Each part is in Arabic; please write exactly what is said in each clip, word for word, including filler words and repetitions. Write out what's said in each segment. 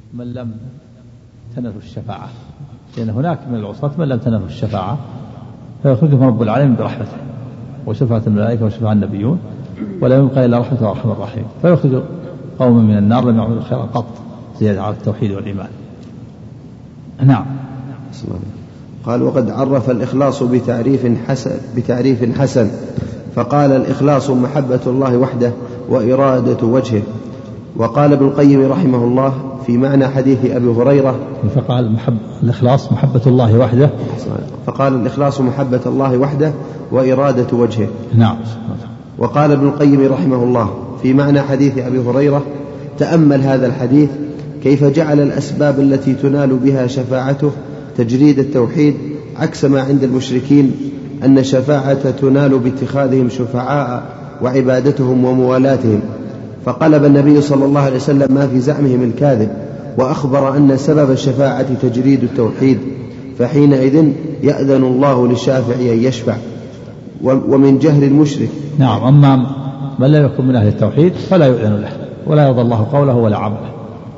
من لم تنله الشفاعة، لأن هناك من العصاة من لم تنله الشفاعة فيخرجهم رب العالمين برحمته وشفاعة الملائكة وشفاعة النبيون، ولا يبقى إلا رحمة وأرحم الراحمين، فيخرج قوم من النار لم يعملوا خيرا قط زيادة على التوحيد والإيمان. نعم. قال: وقد عرف الإخلاص بتعريف حسن, بتعريف حسن فقال: الإخلاص محبة الله وحده وإرادة وجهه. وقال ابن القيم رحمه الله في معنى حديث أبي هريرة، فقال محب الإخلاص محبة الله وحده فقال الإخلاص محبة الله وحده وإرادة وجهه. نعم. وقال ابن القيم رحمه الله في معنى حديث أبي هريرة: تأمل هذا الحديث كيف جعل الأسباب التي تنال بها شفاعته تجريد التوحيد، عكس ما عند المشركين أن الشفاعة تنال باتخاذهم شفعاء وعبادتهم وموالاتهم. فقلب النبي صلى الله عليه وسلم ما في زعمهم الكاذب، وأخبر أن سبب الشفاعة تجريد التوحيد، فحينئذ يأذن الله للشافع أن يشفع. ومن جهل المشرك. نعم. أما من لا يكون من أهل التوحيد فلا يؤذن له ولا يرضى الله قوله ولا عمله.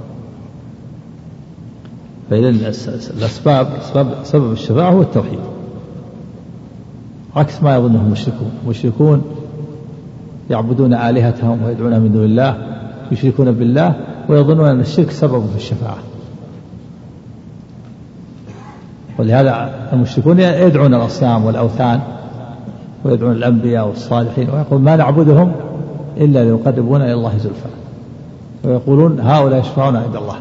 فإذا الأسباب سبب الشفاعة هو التوحيد، عكس ما يظنه المشركون. المشركون يعبدون آلهتهم ويدعون من دون الله، يشركون بالله ويظنون أن الشرك سبب في الشفاعة. ولهذا المشركون يدعون الأصنام والأوثان ويدعون الأنبياء والصالحين، ويقول ما نعبدهم إلا ليقربونا إلى الله زلفى، ويقولون هؤلاء يشفعون عند الله.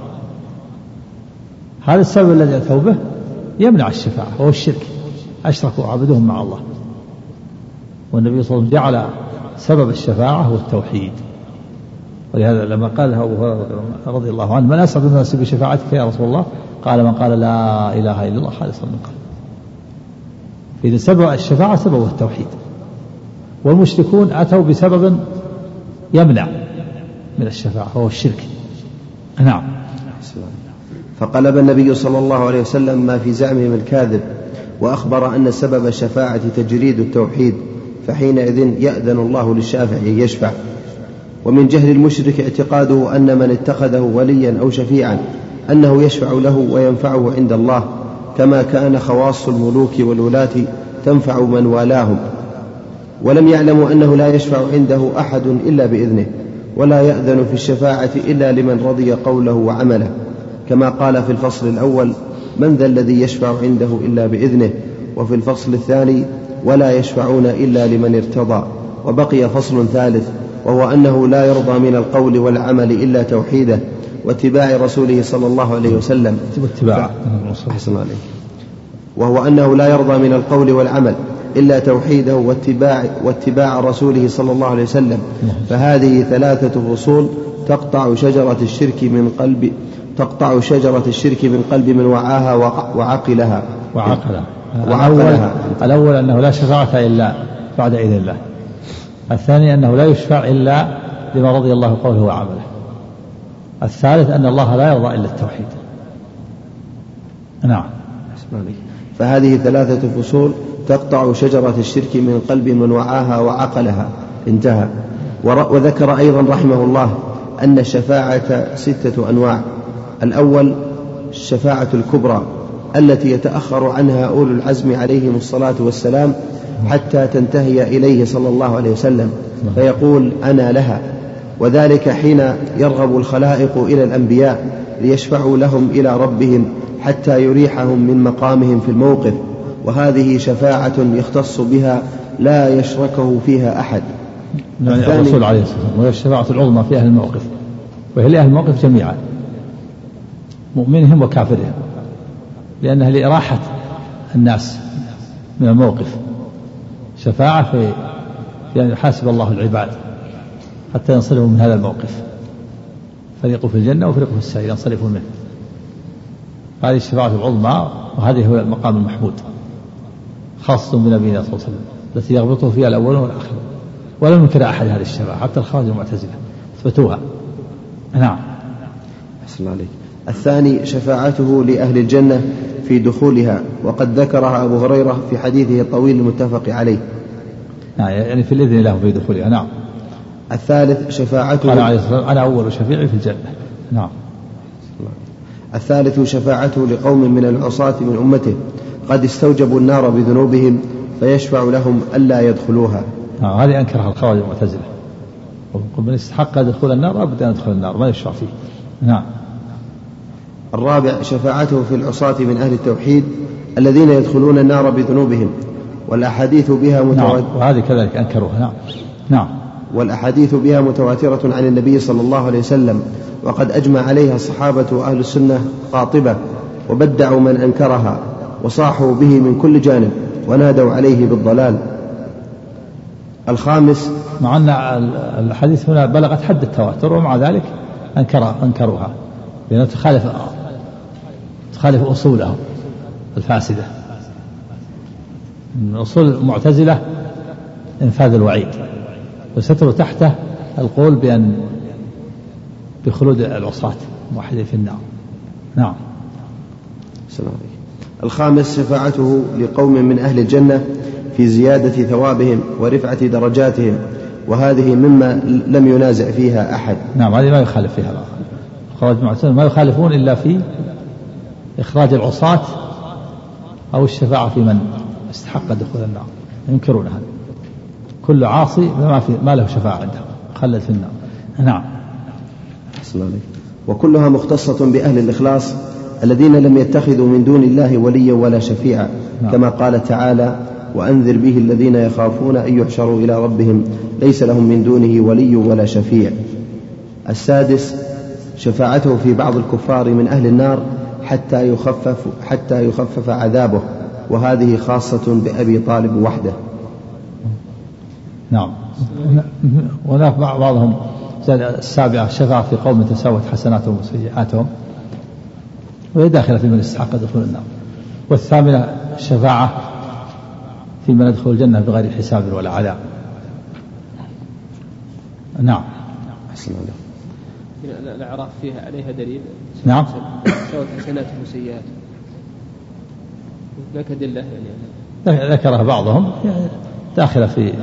هذا السبب الذي أتوا به يمنع الشفاعة، هو الشرك، أشركوا عبدهم مع الله. والنبي صلى الله عليه وسلم جعل سبب الشفاعة هو التوحيد. ولهذا لما قال أبو هريرة رضي الله عنه: من أسعد الناس بشفاعتك يا رسول الله؟ قال: من قال لا إله إلا الله خالصا من قلبه. إذا سبب الشفاعة سبب التوحيد، والمشركون أتوا بسبب يمنع من الشفاعة وهو الشرك. نعم. فقلب النبي صلى الله عليه وسلم ما في زعمهم الكاذب، وأخبر أن سبب الشفاعة تجريد التوحيد، فحينئذ يأذن الله للشافع أن يشفع. ومن جهل المشرك اعتقاده أن من اتخذه وليا أو شفيعا أنه يشفع له وينفعه عند الله، كما كان خواص الملوك والولاة تنفع من والاهم. ولم يعلموا أنه لا يشفع عنده أحد إلا بإذنه، ولا يأذن في الشفاعة إلا لمن رضي قوله وعمله، كما قال في الفصل الأول: من ذا الذي يشفع عنده إلا بإذنه. وفي الفصل الثاني: ولا يشفعون إلا لمن ارتضى. وبقي فصل ثالث، وهو أنه لا يرضى من القول والعمل إلا توحيده واتباع رسوله صلى الله عليه وسلم. واتباع أحسن عليك. وهو أنه لا يرضى من القول والعمل إلا توحيده واتباع, واتباع رسوله صلى الله عليه وسلم. فهذه ثلاثة فصول تقطع شجرة الشرك من قلب تقطع شجرة الشرك من قلب من وعاها وعقلها وعقلها. وعقلها. الأول أنه لا شفاعة إلا بعد إذن الله. الثاني أنه لا يشفع إلا لما رضي الله قوله وعمله. الثالث أن الله لا يرضى إلا التوحيد. نعم. فهذه ثلاثة فصول تقطع شجرة الشرك من قلب من وعاها وعقلها. انتهى. وذكر أيضا رحمه الله أن الشفاعة ستة أنواع. الأول الشفاعة الكبرى التي يتأخر عنها أولو العزم عليهم الصلاة والسلام حتى تنتهي إليه صلى الله عليه وسلم فيقول: أنا لها. وذلك حين يرغب الخلائق إلى الأنبياء ليشفعوا لهم إلى ربهم حتى يريحهم من مقامهم في الموقف، وهذه شفاعة يختص بها لا يشركه فيها أحد. يعني الرسول عليه الصلاة والسلام، وهي الشفاعة العظمى في أهل الموقف، وهي لأهل الموقف جميعا مؤمنهم وكافرهم، لأنها لإراحة الناس من الموقف. شفاعة في يعني يحاسب الله العباد حتى ينصرفوا من هذا الموقف، فريق في الجنة وفريق في السعير ينصرفوا منه. هذه الشفاعة العظمى، وهذه هو المقام المحمود خاص بنبينا صلى الله عليه وسلم التي يغبطه فيها الأولون والآخرون، ولم ينكر أحد هذه الشفاعة حتى الخوارج والمعتزلة اثبتوها. نعم. أحسن عليك. الثاني شفاعته لأهل الجنة في دخولها، وقد ذكرها أبو هريرة في حديثه الطويل المتفق عليه. نعم، يعني في الإذن له في دخولها. نعم. الثالث شفاعته قال عليه الصلاة والسلام: أنا أول شفيع في الجنة. نعم. الثالث شفاعته لقوم من العصاة من أمته قد استوجبوا النار بذنوبهم فيشفع لهم ألا يدخلوها. آه هذه أنكرها الخوارج المعتزلة، من استحق دخول النار أبدا أن يدخل النار ما يشفع فيه. نعم. الرابع شفاعته في العصاة من أهل التوحيد الذين يدخلون النار بذنوبهم والأحاديث بها متواترة. نعم. وهذه كذلك أنكروها. نعم. نعم. والأحاديث بها متواترة عن النبي صلى الله عليه وسلم وقد أجمع عليها الصحابة وأهل السنة قاطبة وبدعوا من أنكرها وصاحوا به من كل جانب ونادوا عليه بالضلال. الخامس مع أن الحديث هنا بلغت حد التواتر ومع ذلك أنكر أنكروها لأنها تخالف تخالف أصولهم الفاسدة. من أصول المعتزلة إنفاذ الوعيد وستر تحته القول بأن بخلود العصاة موحدين في النار. نعم. السلام عليكم. الخامس شفاعته لقوم من أهل الجنة في زيادة ثوابهم ورفعة درجاتهم وهذه مما لم ينازع فيها أحد. نعم هذه ما يخالف فيها الخوارج المعتزلة ما يخالفون إلا في إخراج العصاة أو الشفاعة في من استحق دخول النار ينكرون هذا. كل عاصي ما, في ما له شفاعة عنده خلد في النار. نعم. وكلها مختصة بأهل الإخلاص الذين لم يتخذوا من دون الله وليا ولا شفيعا. نعم. كما قال تعالى وأنذر به الذين يخافون أن يحشروا إلى ربهم ليس لهم من دونه ولي ولا شفيع. السادس شفاعته في بعض الكفار من أهل النار حتى يخفف, حتى يخفف عذابه وهذه خاصة بأبي طالب وحده. نعم. وهناك بعضهم السابعة الشفاعة في قوم تساوت حسناتهم وسيئاتهم وهي داخلة في من استحق دخول النار. والثامنة الشفاعة في من يدخل الجنة بغير حساب ولا عذاب. نعم. الأعراف فيها عليها دليل. نعم. تساوت حسناتهم وسيئاتهم لك أدلة يعني ذكرها بعضهم داخلة في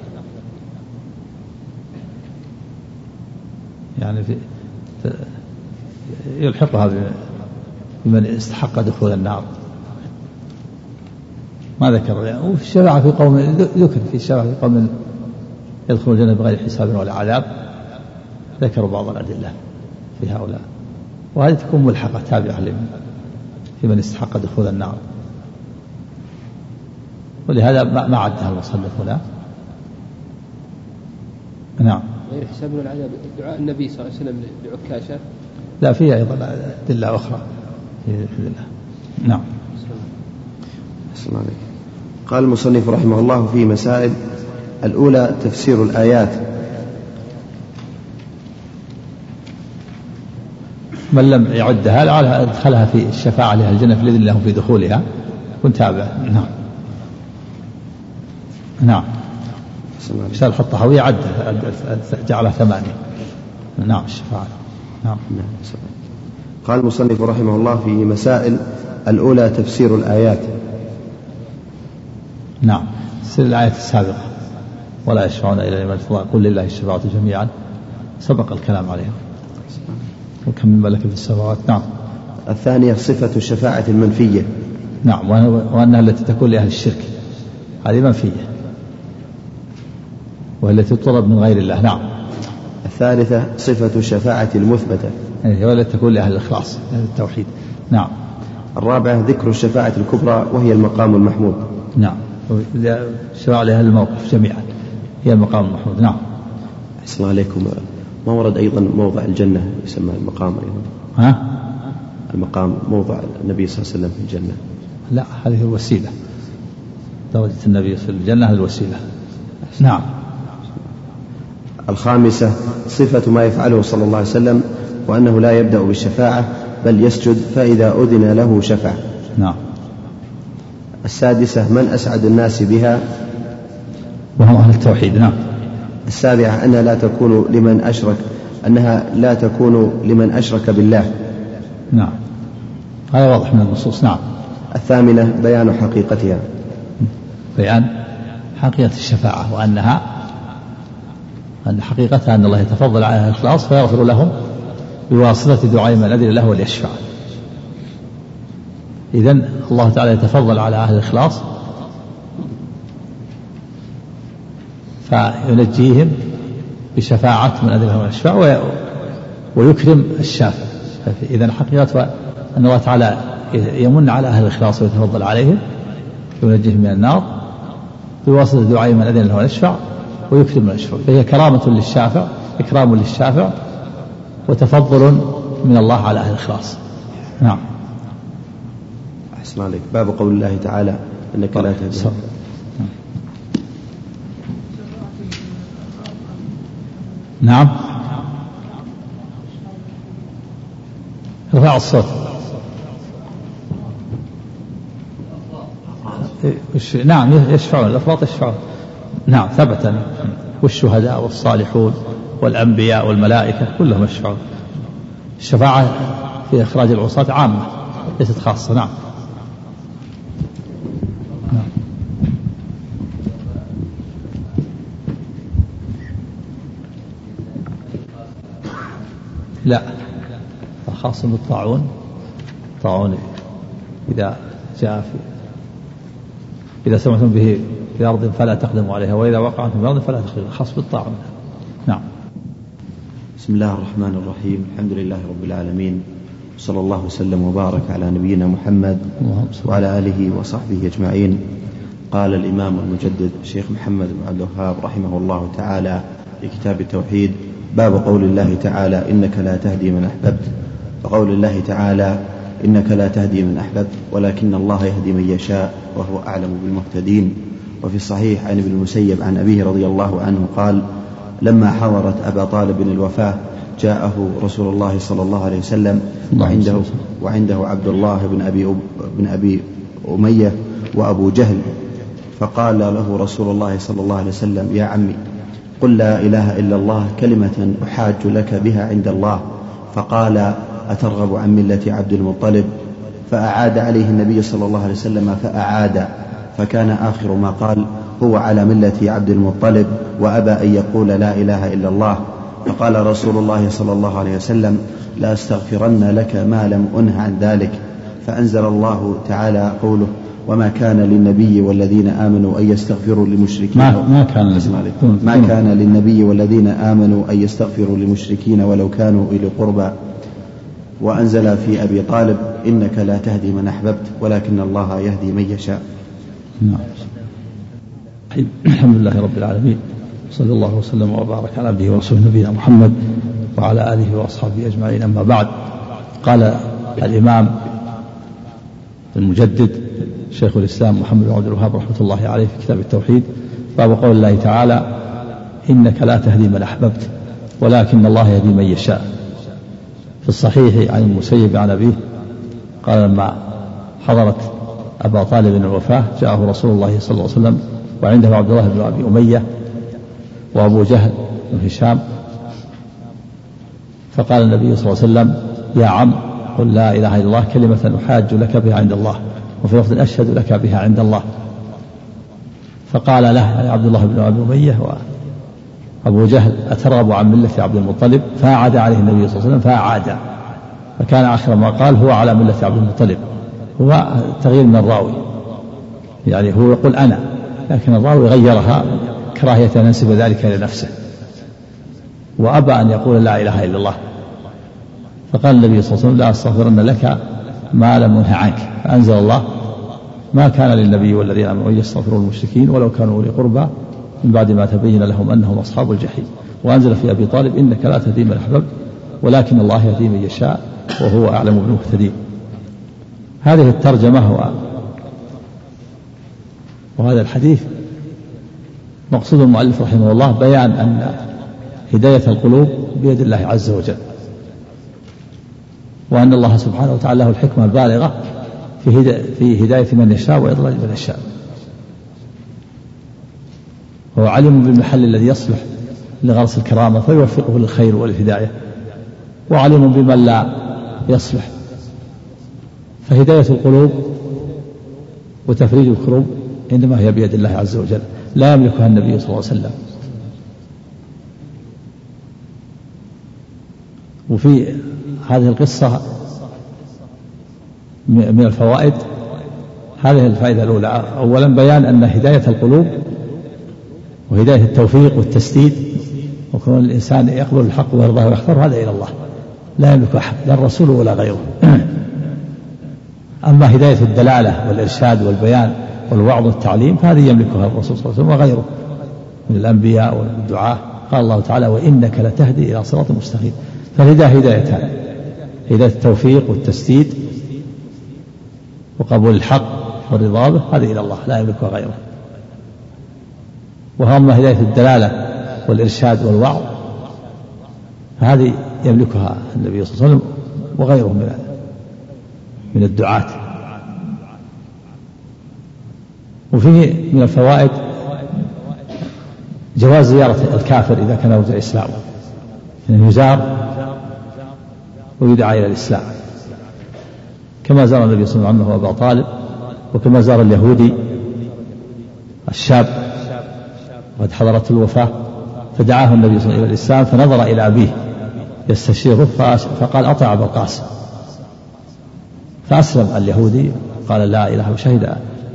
يعني في يلحقها بمن استحق دخول النار ما ذكر يعني. وفي الشفاعة في قوم ذكر في الشفاعة في قوم يدخل الجنة بغير حساب ولا عذاب ذكروا بعض الأدلة في هؤلاء وهذه تكون ملحقة تابعة في من استحق دخول النار ولهذا ما عدها المصنف هنا. نعم. غير حساب ولا عذاب دعاء النبي صلى الله عليه وسلم لعكاشة لا فيها أيضا أدلة أخرى في الله. نعم. السلام عليكم. قال المصنف رحمه الله في مسائل الأولى تفسير الآيات. من لم يعدها لعلها أدخلها في الشفاعة لأهل الجنة في الإذن لهم في دخولها ونتابع. نعم. نعم. شرح الطحاوية عد جعلها ثمانية. نعم الشفاعة. نعم. قال المصنف رحمه الله في مسائل الأولى تفسير الآيات. نعم. تفسير الآية السابقة ولا يشفعون إلا لمن ارتضى قل لله الشفاعة جميعا سبق الكلام عليها وكم من ملك في السماوات. نعم. الثانية صفة الشفاعة المنفية. نعم وأنها التي تكون لأهل الشرك هذه منفية وهي التي تطلب من غير الله. نعم. الثالثة صفة الشفاعة المثبتة هي والتي تكون لأهل الإخلاص أهل التوحيد. نعم. الرابعة ذكر الشفاعة الكبرى وهي المقام المحمود. نعم. الشفاعة لأهل الموقف جميعا هي المقام المحمود. نعم. أحسن الله عليكم. ما ورد أيضا موضع الجنة يسمى المقام أيضا؟ ها؟ المقام موضع النبي صلى الله عليه وسلم في الجنة. لا هذه الوسيلة درجة النبي في الجنة الوسيلة. نعم. الخامسة صفة ما يفعله صلى الله عليه وسلم وأنه لا يبدأ بالشفاعة بل يسجد فإذا أذن له شفع. نعم. السادسة من أسعد الناس بها وهم أهل التوحيد. نعم. السابعة أنها لا تكون لمن أشرك أنها لا تكون لمن أشرك بالله. نعم هذا واضح من النصوص. نعم. الثامنة بيان حقيقتها بيان حقيقة الشفاعة وأنها أن حقيقتها أن الله يتفضل على الإخلاص فيغفر لهم بواسطة دعاء من أذن له وليشفع إذن الله تعالى يتفضل على أهل الإخلاص فينجيهم بشفاعة من أذن لهم الشفاعة ويكرم الشافع. إذن حقيقة أن الله تعالى يمن على أهل الإخلاص ويتفضل عليهم ينجيهم من النار بواسطة دعاء من أذن له يشفع ويكرم من الشفاعة، فهي كرامة للشافع، إكرام للشافع، وتفضل من الله على أهل الإخلاص. نعم. أحسن عليك. باب قول الله تعالى إنك لا تهدي. نعم. ارفع الصوت. نعم يشفعون، الأفراط يشفعون. نعم ثبت. والشهداء والصالحون والأنبياء والملائكة كلهم يشفعون. الشفاعة في إخراج العصاة عامة ليست خاصة. نعم. لا خاص بالطاعون. طاعون إذا جاء في إذا سمعتم به في أرض فلا تقدموا عليها وإذا وقعتم في أرض فلا تقدموا، خاص بالطاعون. نعم. بسم الله الرحمن الرحيم. الحمد لله رب العالمين، صلى الله وسلم وبارك على نبينا محمد وعلى آله وصحبه أجمعين. قال الإمام المجدد الشيخ محمد بن عبد الوهاب رحمه الله تعالى في كتاب التوحيد: باب قول الله تعالى إنك لا تهدي من أحببت. فقول الله تعالى إنك لا تهدي من أحببت ولكن الله يهدي من يشاء وهو أعلم بالمهتدين. وفي الصحيح عن ابن المسيب عن أبيه رضي الله عنه قال: لما حضرت أبا طالب الوفاة جاءه رسول الله صلى الله عليه وسلم وعنده, وعنده عبد الله بن أبي, بن أبي أمية وأبو جهل، فقال له رسول الله صلى الله عليه وسلم: يا عمي قل لا إله إلا الله كلمة أحاج لك بها عند الله. فقال: أترغب عن ملة عبد المطلب؟ فأعاد عليه النبي صلى الله عليه وسلم فأعاد، فكان آخر ما قال: هو على ملة عبد المطلب وأبى أن يقول لا إله إلا الله. فقال رسول الله صلى الله عليه وسلم: لا أستغفرن لك ما لم أنه عن ذلك. فأنزل الله تعالى قوله: وما كان للنبي والذين آمنوا أن يستغفروا للمشركين ما, ما, كان, ما كان للنبي والذين آمنوا أن يستغفروا للمشركين ولو كانوا إلى قربى. وأنزل في أبي طالب: إنك لا تهدي من أحببت ولكن الله يهدي من يشاء. نعم. الحمد لله رب العالمين، صلى الله وسلم وبارك على عبده ورسوله نبينا محمد وعلى آله وأصحابه أجمعين. أما بعد، قال الإمام المجدد شيخ الإسلام محمد بن عبد الوهاب رحمة الله عليه في كتاب التوحيد: باب قول الله تعالى إنك لا تهدي من أحببت ولكن الله يهدي من يشاء. في الصحيح عن المسيب عن أبيه قال: لما حضرت أبا طالب الوفاة جاءه رسول الله صلى الله عليه وسلم وعنده عبد الله بن أبي أمية وأبو جهل بن هشام، فقال النبي صلى الله عليه وسلم: يا عم قل لا إله إلا الله كلمة أحاج لك بها عند الله، وفي لفظ أشهد لك بها عند الله. فقال له يعني عبد الله بن أبي أمية وأبو جهل: أترغب عن ملة عبد المطلب؟ فأعاد عليه النبي صلى الله عليه وسلم فأعاد، فكان آخر ما قال: هو على ملة عبد المطلب. هو تغيير من الراوي، يعني هو يقول أنا، لكن الراوي غيرها كراهية أن ينسب ذلك إلى نفسه، وأبى أن يقول لا إله إلا الله. فقال النبي صلى الله عليه وسلم: لا أستغفرن لك ما لم أنه عنك. فأنزل الله: ما كان للنبي والذين آمنوا أن يستغفروا المشركين ولو كانوا أولي قربى من بعد ما تبين لهم أنهم أصحاب الجحيم. وأنزل في أبي طالب: إنك لا تهدي من أحببت ولكن الله يهدي من يشاء وهو أعلم بالمهتدين. هذه الترجمة هو وهذا الحديث مقصود المؤلف رحمه الله بيان أن هداية القلوب بيد الله عز وجل، وأن الله سبحانه وتعالى له الحكمة البالغة في هداية من يشاء وإضلال من يشاء. هو علم بالمحل الذي يصلح لغرس الكرامة فيوفقه للخير والهداية، وعلم بمن لا يصلح. فهداية القلوب وتفريج الكروب إنما هي بيد الله عز وجل، لا يملكها النبي صلى الله عليه وسلم. وفي هذه القصة من الفوائد هذه الفائدة الأولى: أولا بيان أن هداية القلوب وهداية التوفيق والتسديد وكون الإنسان يقبل الحق ويرضاه ويختار هذا إلى الله، لا يملك أحد لا الرسول ولا غيره. أما هداية الدلالة والإرشاد والبيان والوعظ والتعليم فهذه يملكها الرسول صلى الله عليه وسلم وغيره من الأنبياء والدعاة. قال الله تعالى: وإنك لتهدي إلى صراط مستقيم. فالهداية هدايتان: هداية التوفيق والتسديد وقبول الحق والرضا به، هذه إلى الله لا يملكها غيره. وأما هداية الدلالة والإرشاد والوعظ فهذه يملكها النبي صلى الله عليه وسلم وغيره من من الدعاة. وفيه من الفوائد جواز زيارة الكافر إذا كان يرجع إسلامه، يعني يزار ويدعى إلى الإسلام، كما زار النبي صلى الله عليه وسلم عمه أبا طالب، وكما زار اليهودي الشاب وقد حضرت الوفاة فدعاه النبي صلى الله عليه وسلم إلى الإسلام، فنظر إلى أبيه يستشيره فقال: أطع أبا القاسم، فأسلم اليهودي قال: لا إله وشهد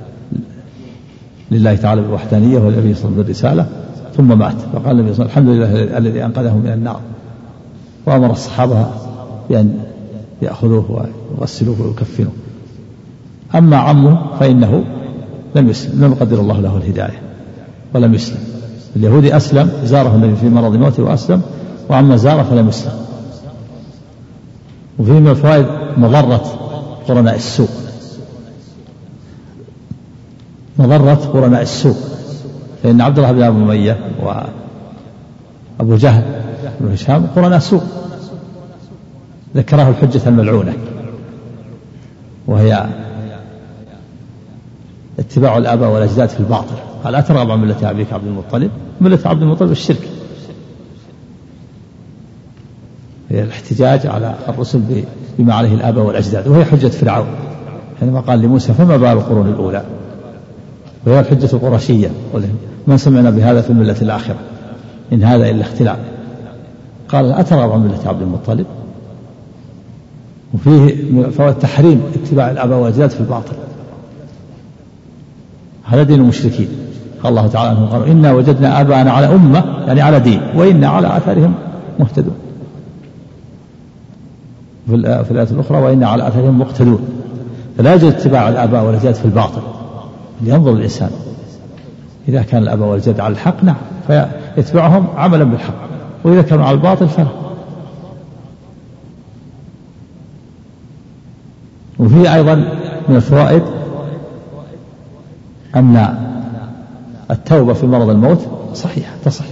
لله تعالى بالوحدانية والنبي صلى الله عليه وسلم بالرسالة، ثم مات. فقال النبي صلى الله عليه وسلم: الحمد لله الذي أنقذه من النار. وأمر الصحابة بأن يأخذوه ويغسلوه ويكفنوه. أما عمه فإنه لم يسلم، لم يقدر الله له الهداية ولم يسلم. اليهودي أسلم، زاره النبي في مرض موته وأسلم، وعما زاره فلم يسلم. وفيه من الفوائد مضرة قرناء السوء، مضرة قرناء السوء، فإن عبد الله بن أبي أمية وأبو جهل بن هشام قرناء سوء، ذكره الحجة الملعونة، وهي اتباع الآباء والأجداد في الباطل. قال: أترغب عن ملة أبيك عبد المطلب؟ ملة عبد المطلب الشرك، هي الاحتجاج على الرسل بما عليه الآباء والأجداد، وهي حجة فرعون حينما قال لموسى: فما بال القرون الأولى؟ وهي الحجة القرشية: من سمعنا بهذا في الملة الآخرة إن هذا إلا اختلاع. قال: أترغب عن ملة عبد المطلب؟ وفيه فوائد تحريم اتباع الآباء والأجداد في الباطل، هذا دين المشركين. قال الله تعالى عنهم: قالوا: إنا وجدنا آباءنا على أمة، يعني على دين، وإنا على آثارهم مهتدون. في الآية الأخرى: وإنا على آثارهم مقتدون. فلا يجوز اتباع الآباء والأجداد في الباطل، لينظر الإنسان إذا كان الآباء والأجداد على الحق نعم فيتبعهم عملا بالحق، وإذا كانوا على الباطل فلا. وفيه أيضا من الفوائد أن التوبة في مرض الموت صحيحة تصح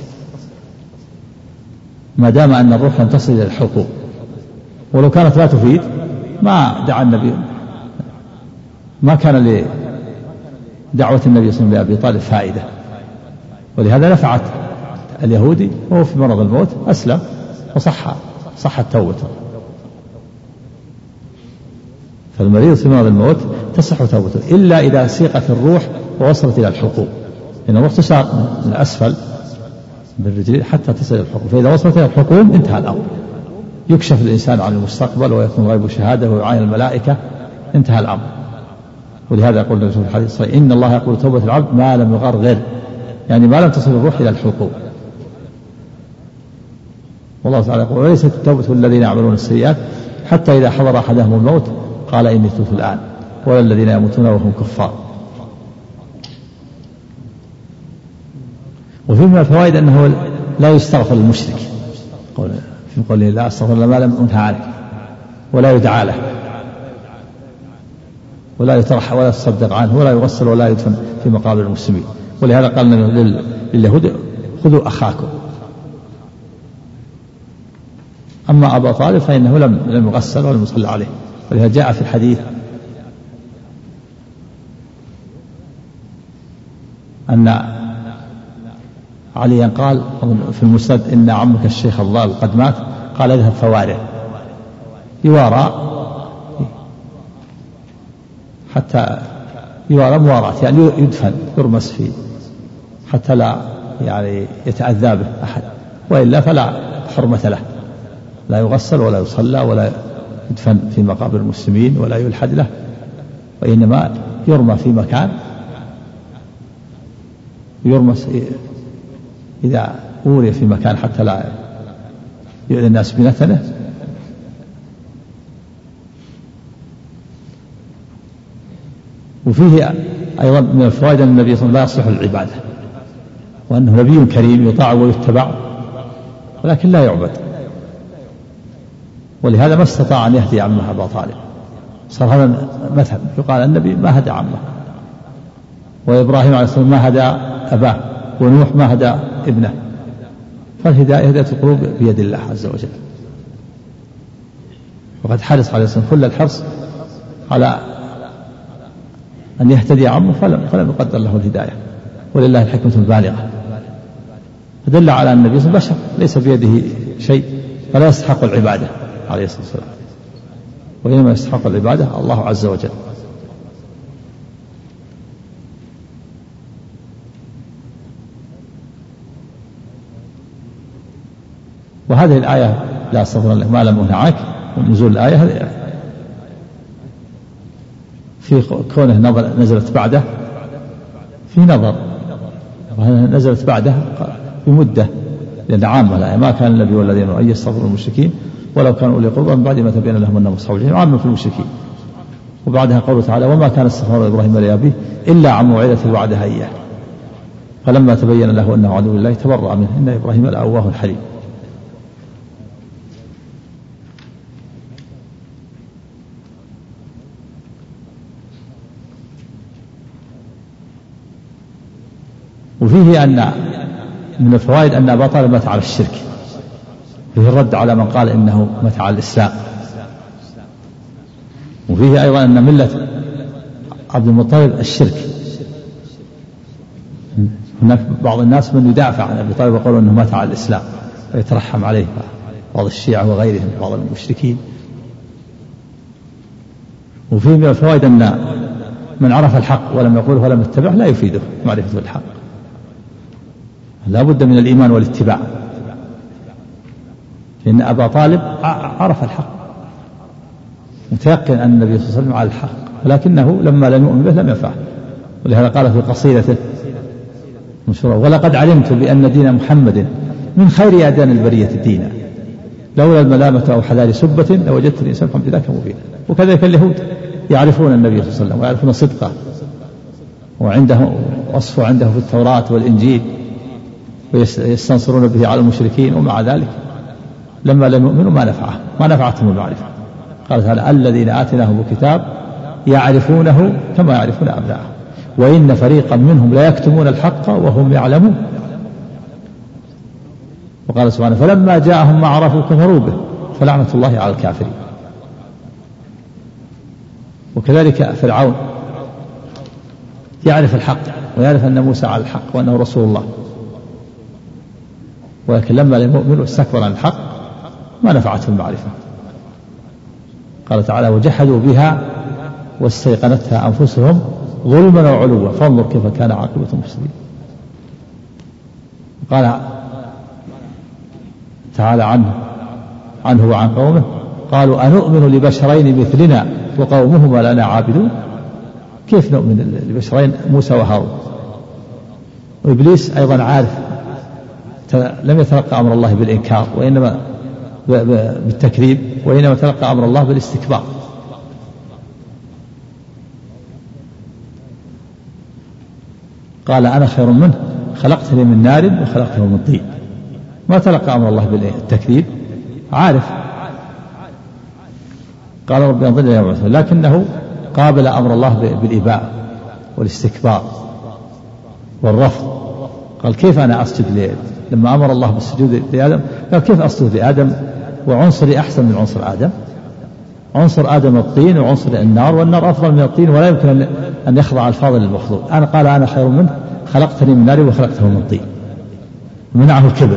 ما دام أن الروح لم تصل إلى الحلقوم، ولو كانت لا تفيد ما دعا النبي، ما كان لدعوة النبي صلى الله عليه وسلم لأبي طالب فائدة، ولهذا نفعت اليهودي وهو في مرض الموت أسلم وصح صحت توبته. فالمريض في مرض الموت تصح توبته إلا إذا سيقت الروح ووصلت إلى الحلقوم، لأن الروح تساق من أسفل بالرجل حتى تصل إلى الحلقوم، فإذا وصلت إلى الحلقوم انتهى الأمر، يكشف الإنسان عن المستقبل ويكون غيب شهادة ويعاين الملائكة، انتهى الأمر. ولهذا يقول النبي في الحديث الصحيح: إن الله يقول توبة العبد ما لم يغرغر، يعني ما لم تصل الروح إلى الحلقوم. والله تعالى يقول: وليست التوبة الذين يعملون السيئات حتى إذا حضر أحدهم الموت قال إني تبت الآن، ولا الذين يموتون وهم كفار. وفي من الفوائد أنه لا يستغفر للمشرك، في قوله: لا أستغفر ما لم أنهى عنه، ولا يدعى له، ولا يطرح ولا يتصدق عنه، ولا يغسل ولا يدفن في مقابر المسلمين. ولهذا قال لليهود: خذوا أخاكم. أما أبا طالب فإنه لم لم يغسل ولم يصلى عليه، ولهذا جاء في الحديث أن عليا قال في المسند: إن عمك الشيخ الضال قد مات، قال: اذهب فواره، يوارى حتى يوارى مواراة، يعني يدفن يرمس فيه حتى لا يعني يتأذى به أحد، وإلا فلا حرمة له، لا يغسل ولا يصلى ولا يدفن في مقابر المسلمين ولا يلحد له وإنما يرمى في مكان، يرمى إذا أوري في مكان حتى لا يؤذي الناس بنتنه. وفيه أيضا من الفوائد أن النبي صلى الله عليه وسلم لا يصلح العبادة، وأنه نبي كريم يطاع ويتبع ولكن لا يعبد، ولهذا ما استطاع أن يهدي عمه أبا طالب. صار هذا مثل يقال النبي ما هدى عمه، وإبراهيم عليه السلام ما هدى أباه، ونوح ما هدى ابنه. فالهداية هداية القلوب بيد الله عز وجل، وقد حرص عليه السلام كل الحرص على أن يهتدي عمه فلم, فلم يقدر له الهداية، ولله الحكمة البالغة. فدل على أن النبي صلى الله عليه وسلم بشر ليس بيده شيء، فلا يستحق العبادة عليه الصلاة والسلام، وإنما يستحق العبادة الله عز وجل. وهذه الآية لا استغفر الله ما لم أنهك ونزول الآية في كونه نظر نزلت بعده في نظر، نزلت بعده بمدة لأن عامة الآية ما كان النبي والذين أن يستغفروا المشركين ولو كانوا أولي قربى من بعد ما تبين لهم أنهم أصحاب الجحيم، عامة في المشركين. وبعدها قوله تعالى وما كان استغفار إبراهيم لأبيه إلا عن موعدة وعدها إياه فلما تبين له أنه عدو الله تبرأ منه إن إبراهيم لأواه حليم. وفيه أن من الفوائد أن أبا طالب مات على الشرك، فيه الرد على من قال إنه مات على الإسلام. وفيه أيضا أن ملة عبد المطلب الشرك. هناك بعض الناس من يدافع عن أبي طالب ويقول أنه مات على الإسلام ويترحم عليه، بعض الشيعة وغيرهم بعض المشركين. وفيه من الفوائد أن من عرف الحق ولم يقوله ولم يتبعه لا يفيده معرفة الحق، لا بد من الإيمان والاتباع، لأن أبا طالب عرف الحق متيقن أن النبي صلى الله عليه وسلم على الحق، ولكنه لما لم يؤمن به لم يفعل. ولهذا قال في قصيدته مشهورة ولقد علمت بأن دين محمد من خير أديان البرية دينا لولا الملامة أو حلال سبة لوجدت الإنسان بذاك مبينا. وكذلك اليهود يعرفون النبي صلى الله عليه وسلم ويعرفون صدقه، وعنده وصفه عنده في التوراة والإنجيل ويستنصرون به على المشركين، ومع ذلك لما لم يؤمنوا ما نفعه ما نفعتهم المعرفة. قال تعالى الذين آتيناهم الكتاب يعرفونه كما يعرفون أبناءهم وإن فريقا منهم لا يكتمون الحق وهم يعلمون. وقال سبحانه فلما جاءهم ما عرفوا كفروا به فلعنة الله على الكافرين. وكذلك فرعون يعرف الحق ويعرف أن موسى على الحق وأنه رسول الله، ولكن لما لم يؤمن واستكبر عن الحق ما نفعته المعرفة. قال تعالى وجحدوا بها واستيقنتها أنفسهم ظلما وعلوا فانظر كيف كان عاقبة المفسدين. قال تعالى عنه عنه وعن قومه قالوا أنؤمن لبشرين مثلنا وقومهما لنا عابدون. كيف نؤمن لبشرين موسى وهارون؟ وإبليس أيضا عارف لم يتلقى أمر الله بالإنكار وإنما بالتكذيب، وإنما تلقى أمر الله بالاستكبار. قال أنا خير منه خلقتني من نار وخلقته من طين. ما تلقى أمر الله بالتكذيب، عارف. قال ربي انظرني يوم يبعثون، لكنه قابل أمر الله بالإباء والاستكبار والرفض. قال كيف أنا أسجد ليه؟ لما أمر الله بالسجود لآدم قال كيف أسجد لآدم وعنصري أحسن من عنصر آدم؟ عنصر آدم الطين وعنصر النار، والنار أفضل من الطين ولا يمكن أن يخضع الفاضل للمفضول. أنا قال أنا خير منه خلقتني من نار وخلقته من طين. منعه الكبر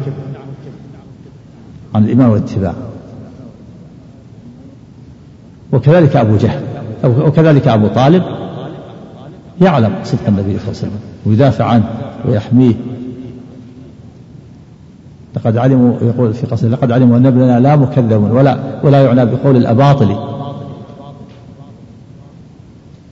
عن الإيمان والاتباع. وكذلك أبو جهل وكذلك أبو طالب يعلم صدق النبي صلى الله عليه وسلم ويدافع عنه ويحميه. لقد علموا يقول في قصيدة لقد علموا أن نبينا لا مكذب ولا ولا يعنى بقول الأباطل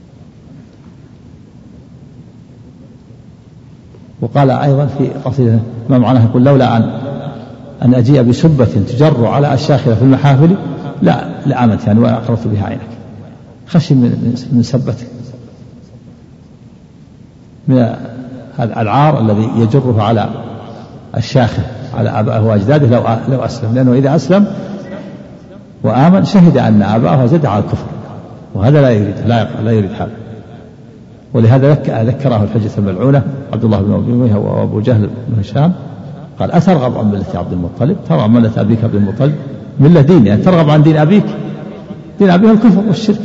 وقال أيضا في قصيدة ما معناه يقول لولا أن أن أجيء بسبة تجر على أشاخر في المحافل لا لآمنت يعني وأنا أقرأت بها عينك، خشي من من سبتك، من هذا العار الذي يجره على الشاخر على آبائه وأجداده لو لو أسلم، لأنه إذا أسلم وآمن شهد أن آبائه وأجداده على الكفر، وهذا لا يريد لا لا يريد هذا. ولهذا ذكره الحجة الملعونة عبد الله بن أبي وأبو جهل بن هشام قال أترغب عن ملة عبد المطلب؟ ترغب عن ملة أبيك عبد المطلب؟ ملة دين يعني ترغب عن دين أبيك؟ دين أبيه الكفر والشرك.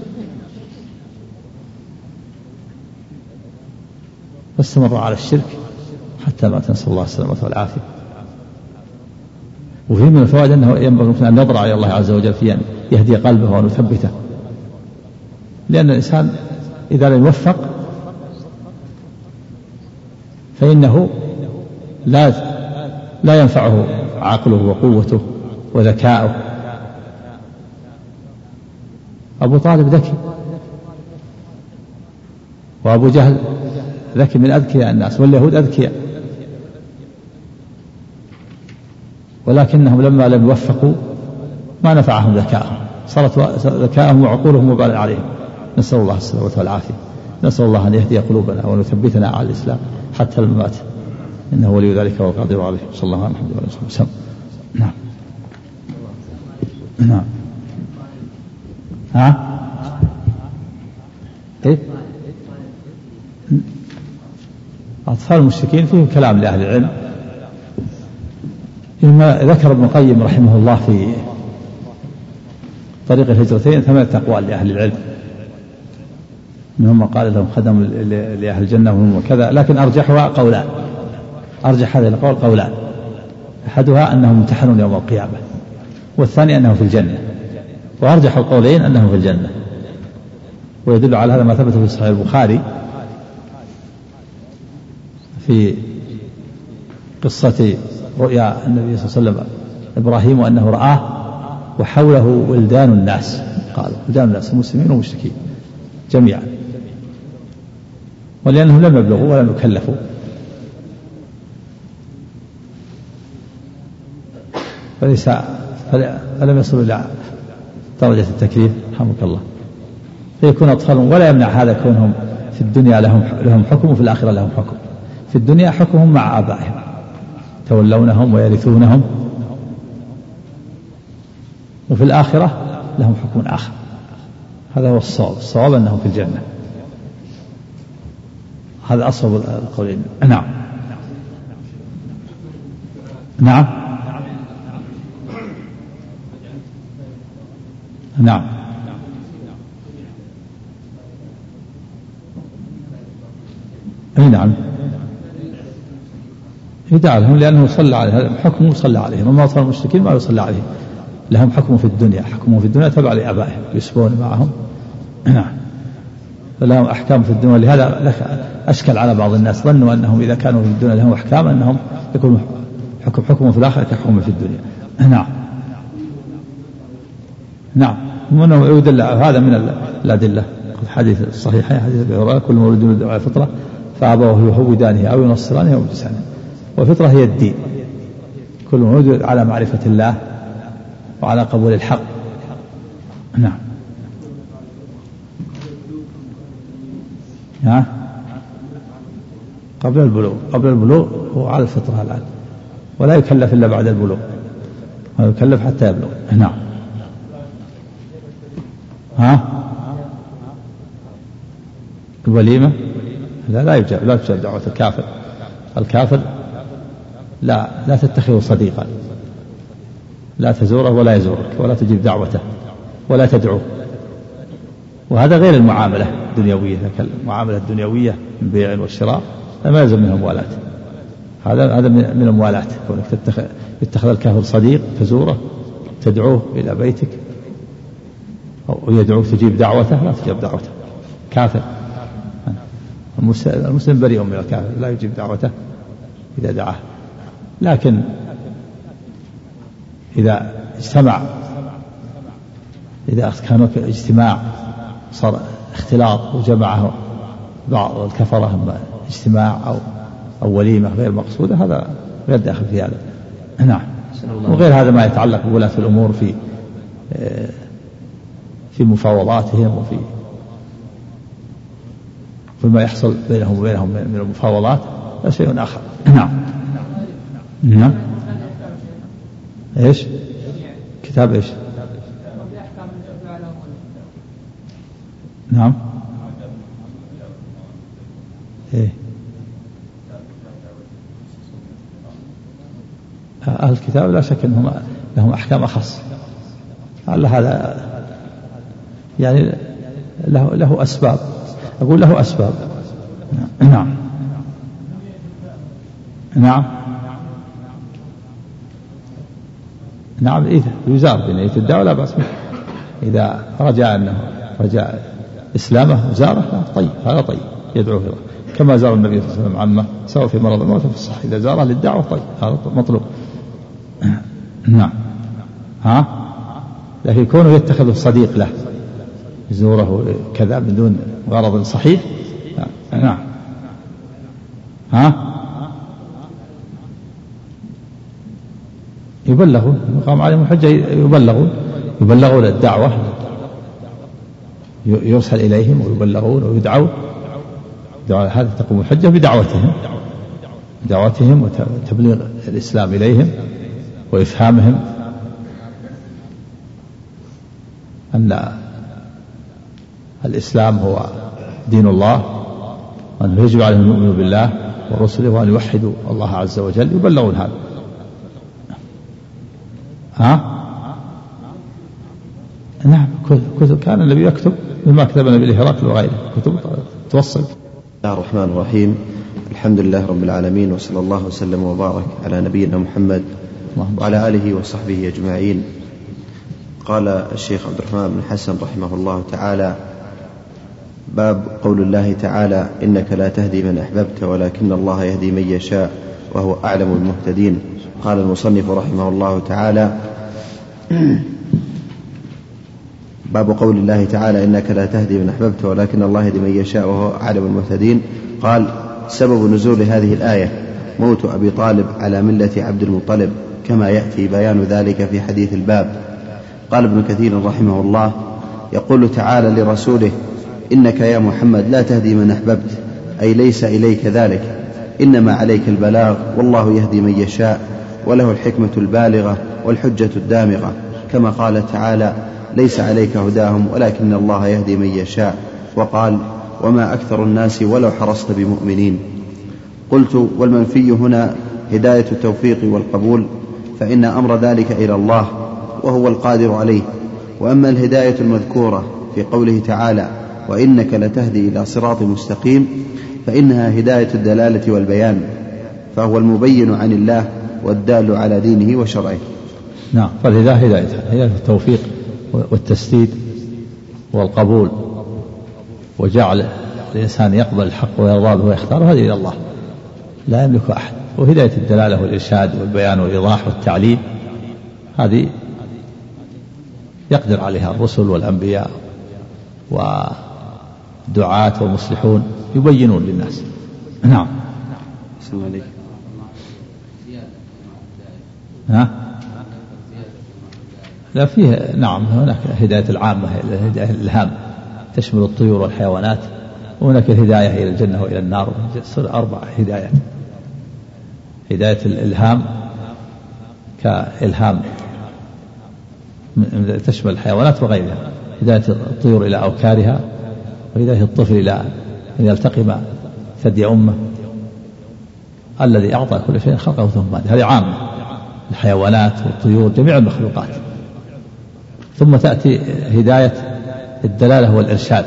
فاستمر على الشرك حتى مات، نسأل الله السلامة والعافية. وفي من الفوائد أنه ينبغي أن نضرع إلى الله عز وجل في أن يهدي قلبه وأن يثبته، لأن الإنسان إذا لم يوفق فإنه لا لا ينفعه عقله وقوته وذكاؤه. أبو طالب ذكي، وأبو جهل ذكي من أذكياء الناس، واليهود أذكياء، ولكنهم لما لم يوفقوا ما نفعهم ذكاءهم، صارت ذكاءهم وعقولهم وبالا عليهم. نسأل الله السلامة والعافية. نسأل الله أن يهدي قلوبنا وأن يثبتنا على الإسلام حتى الممات، إنه ولي ذلك والقادر عليه. صلى الله عليه وسلم. نعم نعم ها إيه؟ أطفال المشركين فيه كلام لأهل العلم. لما ذكر ابن القيم رحمه الله في طريق الهجرتين ثمانية أقوال لأهل العلم، منهم من قال لهم خدم لأهل الجنة وهم كذا، لكن أرجحها قولان، أرجح هذه القول قولان، أحدها أنهم ممتحنون يوم القيامة، والثاني أنه في الجنة، وأرجح القولين أنه في الجنة. ويدل على هذا ما ثبت في صحيح البخاري في قصة رؤيا النبي صلى الله عليه وسلم إبراهيم وأنه رآه وحوله ولدان الناس، قال ولدان الناس المسلمين والمشركين جميعا، ولأنهم لم يبلغوا ولم يكلفوا. فليس فلم يصلوا إلى درجة التكليف رحمك الله، فيكون أطفالهم، ولا يمنع هذا كونهم في الدنيا لهم لهم حكم وفي الآخرة لهم حكم. في الدنيا حكمهم مع آبائهم تولونهم ويرثونهم، وفي الآخرة لهم حكم آخر. هذا هو الصواب، الصواب أنهم في الجنة. هذا أصوب القولين. نعم نعم نعم أي نعم يدعى لهم، لأنه صلى عليهم، حكمه صلى عليهم، وما أطفال المشركين ما يصلى عليهم، لهم حكم في الدنيا، حكمه في الدنيا تبع لآبائهم يسبون معهم. نعم فلهم أحكام في الدنيا. لهذا أشكل على بعض الناس، ظنوا أنهم إذا كانوا في الدنيا لهم أحكام أنهم يكون حكم حكمهم في الآخرة كحكم في الدنيا. نعم نعم ومنه يدل هذا من الأدلة الحديث الصحيح حديث أبي هريرة كل مولود يولد على الفطرة فأبواه يهودانه أو ينصرانه أو يمجسانه، والفطرة هي الدين، كل مولود على معرفة الله وعلى قبول الحق. نعم ها قبل البلوغ، قبل البلوغ هو على الفطرة الآن، ولا يكلف إلا بعد البلوغ، ولا يكلف حتى يبلغ. نعم ها الوليمة لا لا يجاب لا تجاب دعوة الكافر، الكافر لا لا تتخذه صديقا، لا تزوره ولا يزورك ولا تجيب دعوته ولا تدعوه. وهذا غير المعاملة الدنيوية، المعاملة الدنيوية من بيع والشراء ما يلزم منها موالاة، هذا هذا من الموالاة، كونك تتخذ يتخذ الكافر صديق تزوره تدعوه إلى بيتك أو يدعوك تجيب دعوته، لا تجيب دعوته كافر. المسلم بريء من الكافر لا يجيب دعوته إذا دعاه، لكن إذا اجتمع، إذا كانوا اجتماع صار اختلاط وجمعه بعض الكفرة اجتماع أو أو وليمة غير مقصودة هذا غير داخل في هذا. نعم. وغير هذا ما يتعلق بولاة الأمور في في مفاوضاتهم وفي فيما يحصل بينهم وبينهم من المفاوضات لا شيء آخر. نعم. نعم. إيش كتاب إيش؟ نعم. إيه أهل الكتاب لا شك أنهم لهم أحكام أخص. لعل هذا يعني له له أسباب. أقول له أسباب. نعم. نعم. نعم. إذا يزار بنية الدعوة لا بأس به. إذا رجع أنه رجع إسلامه زاره طيب هذا طيب يدعوه إليه كما زار النبي صلى الله عليه وسلم عمه سواء في مرض الموت في الصحة. إذا زاره للدعوة طيب هذا مطلوب. نعم. ها لكن كونه يتخذ صديق له يزوره كذا بدون غرض صحيح. نعم. ها يبلغون قام عليهم الحجة يبلغون يبلغون الدعوة يرسل إليهم ويبلغون ويدعون. هذا تقوم الحجة بدعوتهم دعوتهم وتبليغ الإسلام إليهم وإفهامهم أن الإسلام هو دين الله وأنه يجب عليهم أن يؤمنوا بالله ورسله وأن يوحدوا الله عز وجل. يبلغون هذا. ها نعم. كتب كان النبي يكتب مما كتب النبي هرقل وغيره كتب توصل. بسم الله الرحمن الرحيم. الحمد لله رب العالمين وصلى الله وسلم وبارك على نبينا محمد وعلى آله وصحبه أجمعين. قال الشيخ عبد الرحمن بن حسن رحمه الله تعالى: باب قول الله تعالى: إنك لا تهدي من أحببت ولكن الله يهدي من يشاء وهو أعلم بالمهتدين. قال المصنف رحمه الله تعالى: باب قول الله تعالى: إنك لا تهدي من أحببت ولكن الله يهدي من يشاء وهو أعلم بالمهتدين. قال: سبب نزول هذه الآية موت أبي طالب على ملة عبد المطلب كما يأتي بيان ذلك في حديث الباب. قال ابن كثير رحمه الله: يقول تعالى لرسوله: إنك يا محمد لا تهدي من أحببت، أي ليس إليك ذلك، إنما عليك البلاغ والله يهدي من يشاء وله الحكمة البالغة والحجة الدامغة، كما قال تعالى: ليس عليك هداهم ولكن الله يهدي من يشاء. وقال: وما أكثر الناس ولو حرصت بمؤمنين. قلت: والمنفي هنا هداية التوفيق والقبول، فإن أمر ذلك إلى الله وهو القادر عليه. وأما الهداية المذكورة في قوله تعالى: وإنك لتهدي إلى صراط مستقيم، فإنها هداية الدلالة والبيان، فهو المبين عن الله والدال على دينه وشرعه. نعم. فالهداية هداية هداية التوفيق والتسديد والقبول وجعل الإنسان يقبل الحق ويرضى به ويختاره، هذه إلى الله لا يملك أحد. وهداية الدلالة والإرشاد والبيان والإيضاح والتعليم هذه يقدر عليها الرسل والأنبياء ودعاة والمصلحون يبينون للناس. نعم. السلام عليكم. ها؟ لا فيه. نعم. هناك هداية العامة هداية الإلهام تشمل الطيور والحيوانات، وهناك الهداية إلى الجنة وإلى النار، أربع هدايات. هداية الإلهام كإلهام تشمل الحيوانات وغيرها، هداية الطيور إلى أوكارها، وهداية الطفل إلى أن يلتقم ثدي أمه الذي أعطى كل شيء خلقه ثم مات. هذه عامة الحيوانات والطيور جميع المخلوقات. ثم تأتي هداية الدلالة والإرشاد.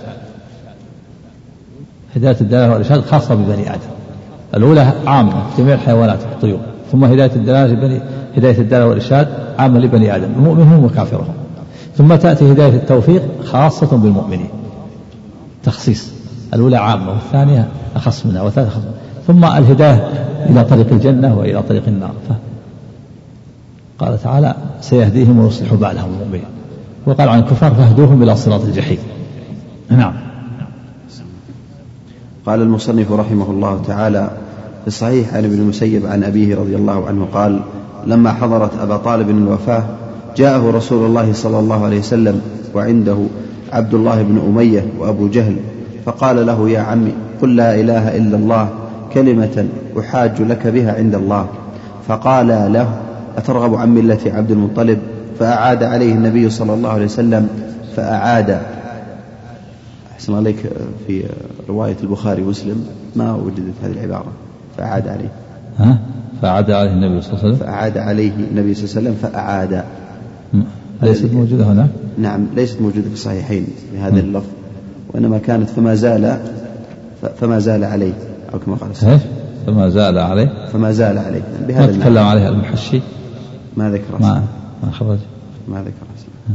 هداية الدلالة والإرشاد خاصة ببني آدم. الأولى عامة جميع الحيوانات والطيور، ثم هداية الدلالة بني هداية الدلالة والإرشاد عامة لبني آدم المؤمنهم وكافرهم. ثم تأتي هداية التوفيق خاصة بالمؤمنين تخصيص. الأولى عامة والثانية أخص منها والثالثة أخص منها. ثم الهداية إلى طريق الجنة وإلى طريق النار. قال تعالى: سيهديهم ويصلح بالهم المؤمنين. وقال عن الكفار: فاهدوهم إلى صراط الجحيم. نعم. قال المصنف رحمه الله تعالى: في الصحيح عن ابن المسيب عن أبيه رضي الله عنه قال لما حضرت أبا طالب الوفاة جاءه رسول الله صلى الله عليه وسلم وعنده عبد الله بن أمية وأبو جهل فقال له يا عمي قل لا إله إلا الله كلمة أحاج لك بها عند الله. فقال له أترغب عن ملة عبد المطلب؟ فأعاد عليه النبي صلى الله عليه وسلم فأعاد. أحسن عليك في رواية البخاري ومسلم ما وجدت هذه العبارة فأعاد عليه. ها؟ فأعاد عليه النبي صلى الله عليه وسلم فأعاد عليه النبي صلى الله عليه وسلم فأعاد. ليست موجودة هنا؟ نعم ليست موجودة في الصحيحين بهذا اللفظ، وإنما كانت فما زال فما زال عليه أو كما قال الصحيح فما زال عليه فما زال عليه بهذا المعنى. تكلم عليه المحشي ما ذكر ما ما خرج ما ذكر.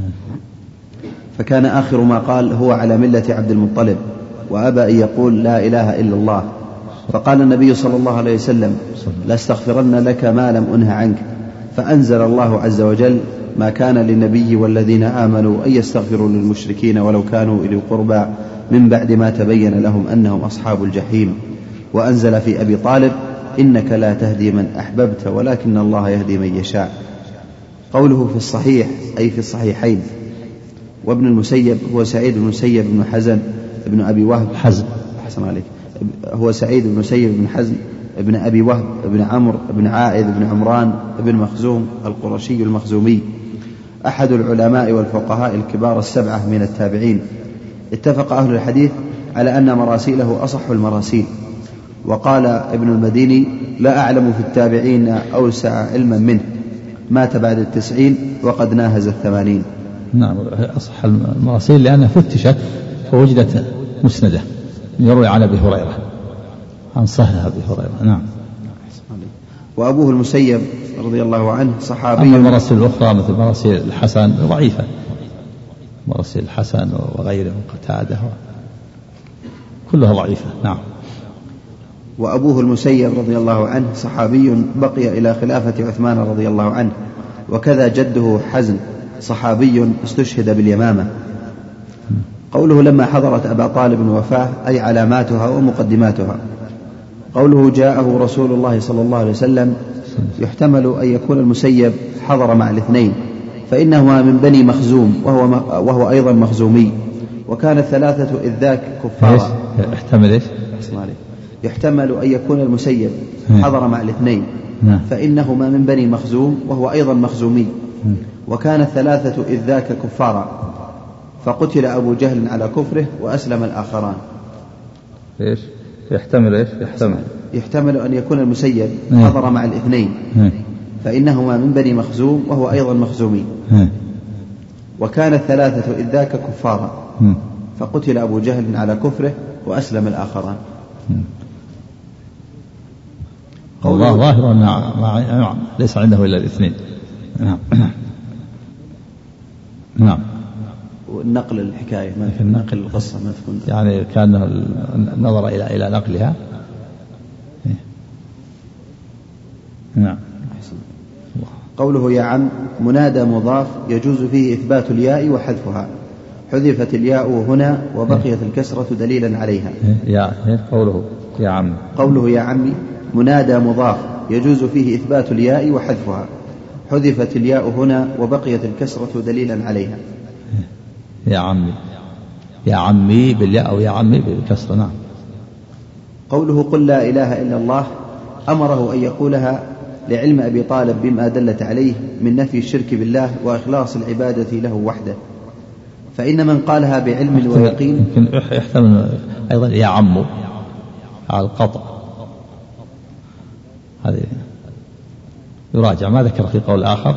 فكان آخر ما قال هو على ملة عبد المطلب وأبى أن يقول لا إله إلا الله. فقال النبي صلى الله عليه وسلم لاستغفرن لك ما لم أنه عنك. فأنزل الله عز وجل ما كان للنبي والذين آمنوا أن يستغفروا للمشركين ولو كانوا إلي قربى من بعد ما تبين لهم أنهم أصحاب الجحيم. وأنزل في أبي طالب إنك لا تهدي من أحببت ولكن الله يهدي من يشاء. قوله في الصحيح أي في الصحيحين. وابن المسيب هو سعيد بن المسيب بن حزن ابن أبي وهب حزن حسن عليك هو سعيد بن المسيب بن حزن ابن أبي وهب ابن عمرو ابن عائذ بن عمران ابن مخزوم القرشي المخزومي أحد العلماء والفقهاء الكبار السبعة من التابعين. اتفق أهل الحديث على أن مراسيله أصح المراسيل. وقال ابن المديني لا أعلم في التابعين أوسع علما منه، مات بعد التسعين وقد ناهز الثمانين. نعم أصح المراسيل لأنها فتشت فوجدت مسندة يروي عن أبي هريرة عن صحيح أبي هريرة. نعم. وأبوه المسيب رضي الله عنه صحابي. أما المراسيل الأخرى مثل مراسيل الحسن ضعيفة، مراسيل الحسن وغيره قتادة كلها ضعيفة. نعم. وأبوه المسيب رضي الله عنه صحابي بقي إلى خلافة عثمان رضي الله عنه. وكذا جده حزن صحابي استشهد باليمامة. قوله لما حضرت أبا طالب الوفاة أي علاماتها ومقدماتها. قوله جاءه رسول الله صلى الله عليه وسلم يحتمل أن يكون المسيب حضر مع الاثنين فإنهما من بني مخزوم وهو, وهو أيضا مخزومي. وكان الثلاثة إذ ذاك كفارا. يحتمل إيش؟ يحتمل أن يكون المسيب حضر مع الاثنين فإنهما من بني مخزوم وهو أيضا مخزومي. وكان الثلاثة إذ ذاك كفارا فقتل أبو جهل على كفره وأسلم الآخران. إيش يحتمل إيش يحتمل يحتمل أن يكون المسيب حضر مع الاثنين فإنهما من بني مخزوم وهو أيضا مخزومي. وكان الثلاثة إذ ذاك كفارا فقتل أبو جهل على كفره وأسلم الآخران. الله ظاهر نعم ليس عنده إلا الاثنين. نعم. نعم. ونقل الحكاية ما في نقل القصة ما تكون يعني كان النظر إلى إلى نقلها. نعم. قوله يا عم منادى مضاف يجوز فيه إثبات الياء وحذفها. حذفت الياء هنا وبقيت الكسرة دليلا عليها. يا قوله يا عم قوله يا عمي منادى مضاف يجوز فيه إثبات الياء وحذفها. حذفت الياء هنا وبقيت الكسرة دليلا عليها. يا عمي يا عمي بالياء أو يا عمي بالكسرة. نعم. قوله قل لا إله إلا الله أمره أن يقولها لعلم أبي طالب بما دلت عليه من نفي الشرك بالله وإخلاص العبادة له وحده. فإن من قالها بعلم ويقين يحتمل أيضا يا عمو على القطع. هذه يراجع ما ذكر في قول آخر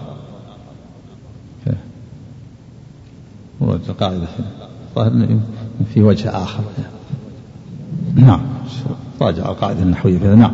قاعدة في وجه آخر. نعم. راجع القاعدة النحوية فيها. نعم.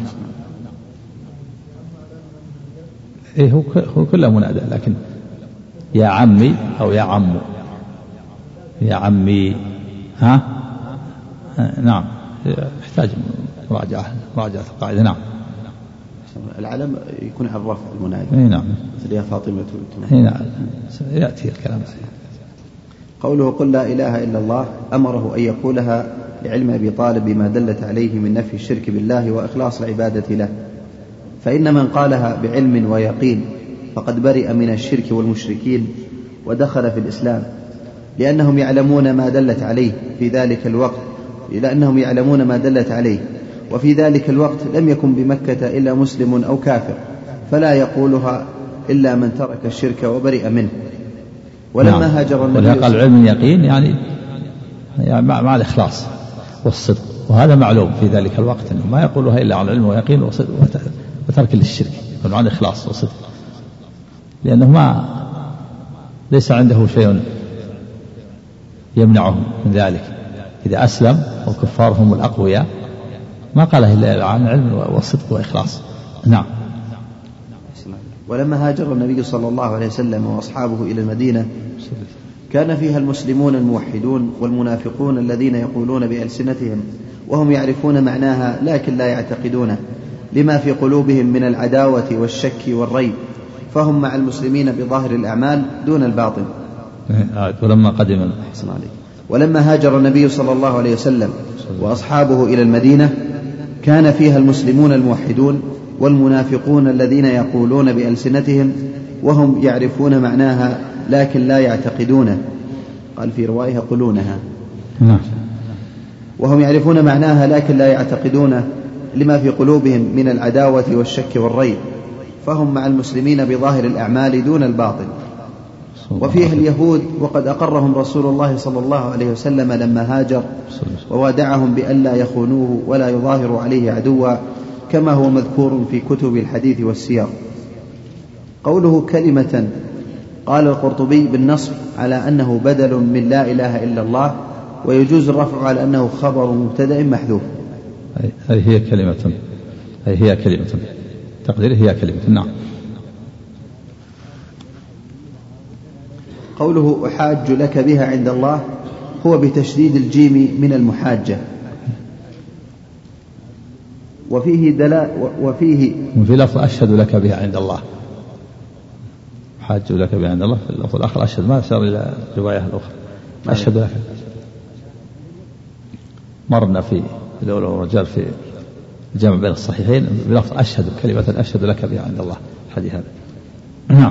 إيه هو هو كله منادى لكن يا عمي أو يا عمو يا عمي ها نعم يحتاج مراجعة مراجعة القاعدة. نعم. العلم يكون على الرفع المنادى. اي نعم. مثل يا فاطمة. اي نعم يأتي الكلام. قوله قل لا إله إلا الله أمره أن يقولها لعلم أبي طالب بما دلت عليه من نفي الشرك بالله وإخلاص العبادة له، فإن من قالها بعلم ويقين فقد برئ من الشرك والمشركين ودخل في الإسلام، لأنهم يعلمون ما دلت عليه في ذلك الوقت لأنهم يعلمون ما دلت عليه وفي ذلك الوقت لم يكن بمكة إلا مسلم أو كافر، فلا يقولها إلا من ترك الشرك وبرئ منه. ولما نعم. هاجر النبي قال العلم يقين يعني, يعني مع, مع الإخلاص والصدق، وهذا معلوم في ذلك الوقت أنه ما يقولها إلا على العلم ويقين وترك للشرك، يكون عن إخلاص وصدق، لأنه ما ليس عنده شيء يمنعهم من ذلك. إذا أسلم والكفار هم الأقوياء ما قاله إلا عن علم وصدق وإخلاص. نعم. ولما هاجر النبي صلى الله عليه وسلم وأصحابه إلى المدينة كان فيها المسلمون الموحدون والمنافقون الذين يقولون بألسنتهم وهم يعرفون معناها لكن لا يعتقدونه، لما في قلوبهم من العداوة والشك والريب، فهم مع المسلمين بظاهر الأعمال دون الباطن. ولما قدم ولما هاجر النبي صلى الله عليه وسلم وأصحابه إلى المدينة كان فيها المسلمون الموحدون والمنافقون الذين يقولون بألسنتهم وهم يعرفون معناها لكن لا يعتقدونه، قال في رواية يقولونها وهم يعرفون معناها لكن لا يعتقدونه، لما في قلوبهم من العداوة والشك والريب، فهم مع المسلمين بظاهر الأعمال دون الباطن. وفيه اليهود وقد أقرهم رسول الله صلى الله عليه وسلم لما هاجر ووادعهم بألا يخونوه ولا يظاهروا عليه عدوا، كما هو مذكور في كتب الحديث والسير. قوله كلمة قال القرطبي بالنصب على أنه بدل من لا إله إلا الله، ويجوز الرفع على أنه خبر مبتدأ محذوف. أي هي كلمة أي هي كلمة تقدير هي كلمة. نعم. قوله أحاج لك بها عند الله هو بتشديد الجيم من المحاجة، وفيه دلاء وفيه وفي لفظ أشهد لك بها عند الله، حاج لك بها عند الله، في اللفظ الآخر أشهد، ما أشار إلى الرواية الأخرى أشهد لك. مرنا في الأولى والرجال في الجمع بين الصحيحين بلفظ أشهد، كلمة أشهد لك بها عند الله، الحديث هذا. نعم.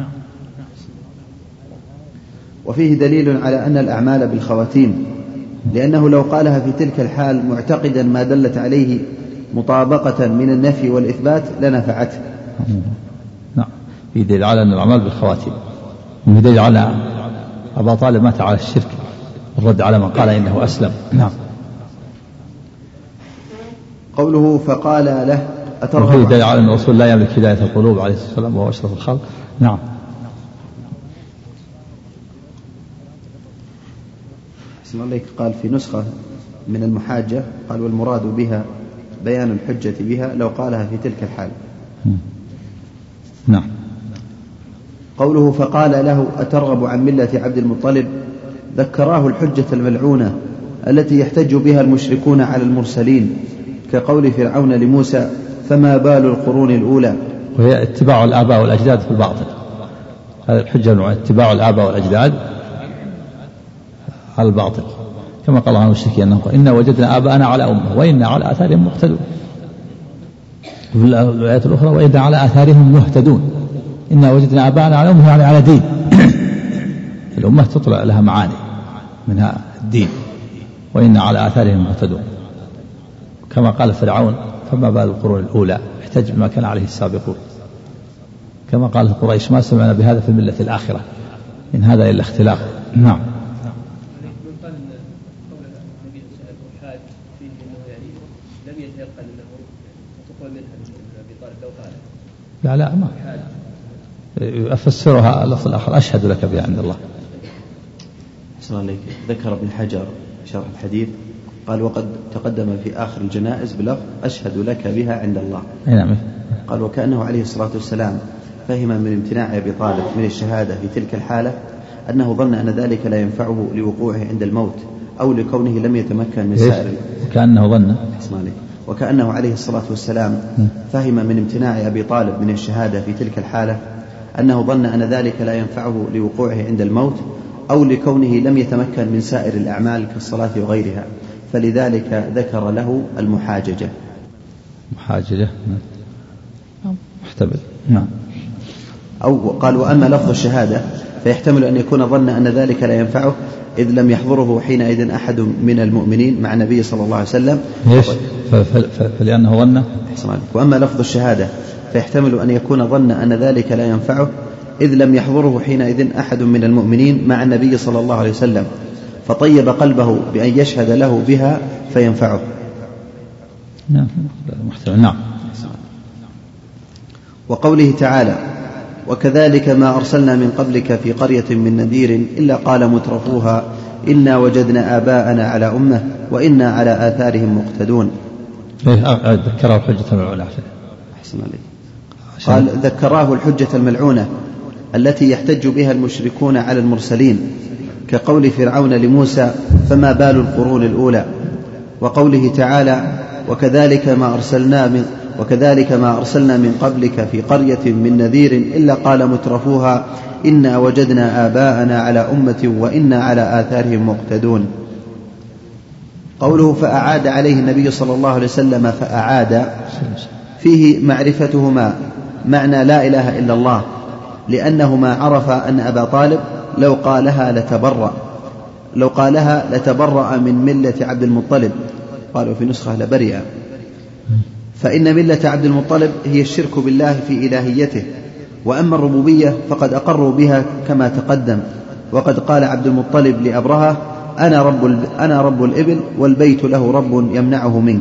وفيه دليل على أن الأعمال بالخواتيم، لأنه لو قالها في تلك الحال معتقدا ما دلت عليه مطابقة من النفي والإثبات لنفعته. نعم. في دليل على أن الأعمال بالخواتيم، وفي دليل على أبا طالب مات على الشرك، الرد على من قال إنه أسلم. نعم. قوله فقال له أترغب. وفي دليل على أن الرسول لا يملك هداية القلوب عليه الصلاة والسلام وهو أشرف الخلق. نعم. أحسن الله قال في نسخة من المحاجة قال والمراد بها بيان الحجة بها لو قالها في تلك الحال. نعم. قوله فقال له أترغب عن ملة عبد المطلب، ذكراه الحجة الملعونة التي يحتج بها المشركون على المرسلين، كقول فرعون لموسى فما بال القرون الأولى، وهي اتباع الآباء والأجداد في الباطل. هذه الحجة اتباع الآباء والأجداد على الباطل، كما قال الله عن المشركين أنهم إنا وجدنا آباءنا على أمة وإنا على آثارهم مقتدون. وفي الآيات الأخرى وإنا على آثارهم مهتدون، إنا وجدنا آباءنا على أمة يعني على دين. الأمة تطلع لها معاني منها الدين، وإنا على آثارهم مهتدون، كما قال فرعون فما بال القرون الأولى، احتج بما كان عليه السابقون، كما قالت قريش ما سمعنا بهذا في الملة الآخرة إن هذا إلا اختلاف. نعم. لا لا ما أفسرها اللفظ الآخر أشهد لك بها عند الله. أحسن عليك. ذكر ابن حجر شرح الحديث قال وقد تقدم في آخر الجنائز بلفظ أشهد لك بها عند الله. نعم. قال وكأنه عليه الصلاة والسلام فهم من امتناع أبي طالب من الشهادة في تلك الحالة أنه ظن أن ذلك لا ينفعه لوقوعه عند الموت أو لكونه لم يتمكن من سائر. وكأنه ظن أحسن عليك. وكأنه عليه الصلاة والسلام فهم من امتناع أبي طالب من الشهادة في تلك الحالة أنه ظن أن ذلك لا ينفعه لوقوعه عند الموت أو لكونه لم يتمكن من سائر الأعمال كالصلاة وغيرها، فلذلك ذكر له المحاججة. محاججة محتمل. نعم. أو قال وأما لفظ الشهادة فيحتمل أن يكون ظن أن ذلك لا ينفعه إذ لم يحضره حينئذ أحد من المؤمنين مع النبي صلى الله عليه وسلم. فلأنه ظن. وأما لفظ الشهادة فيحتمل أن يكون ظن أن ذلك لا ينفعه إذ لم يحضره حينئذ أحد من المؤمنين مع النبي صلى الله عليه وسلم فطيب قلبه بأن يشهد له بها فينفعه. نعم. نعم. وقوله تعالى وكذلك ما أرسلنا من قبلك في قرية من نذير إلا قال مترفوها إنا وجدنا آباءنا على أمة وإنا على آثارهم مقتدون. ذكره الحجة الملعونة. قال ذكراه الحجة الملعونة التي يحتج بها المشركون على المرسلين كقول فرعون لموسى فما بال القرون الأولى. وقوله تعالى وكذلك ما أرسلنا من وكذلك ما أرسلنا من قبلك في قرية من نذير إلا قال مترفوها إنا وجدنا آباءنا على أمة وإنا على آثارهم مقتدون. قوله فأعاد عليه النبي صلى الله عليه وسلم فأعاد فيه معرفتهما معنى لا إله إلا الله لأنهما عرف أن أبا طالب لو قالها لتبرأ لو قالها لتبرأ من ملة عبد المطلب. قالوا في نسخة لبرئ. فإن ملة عبد المطلب هي الشرك بالله في إلهيته وأما الربوبية فقد أقروا بها كما تقدم. وقد قال عبد المطلب لأبرهة أنا رب, أنا رب الإبل والبيت له رب يمنعه منك.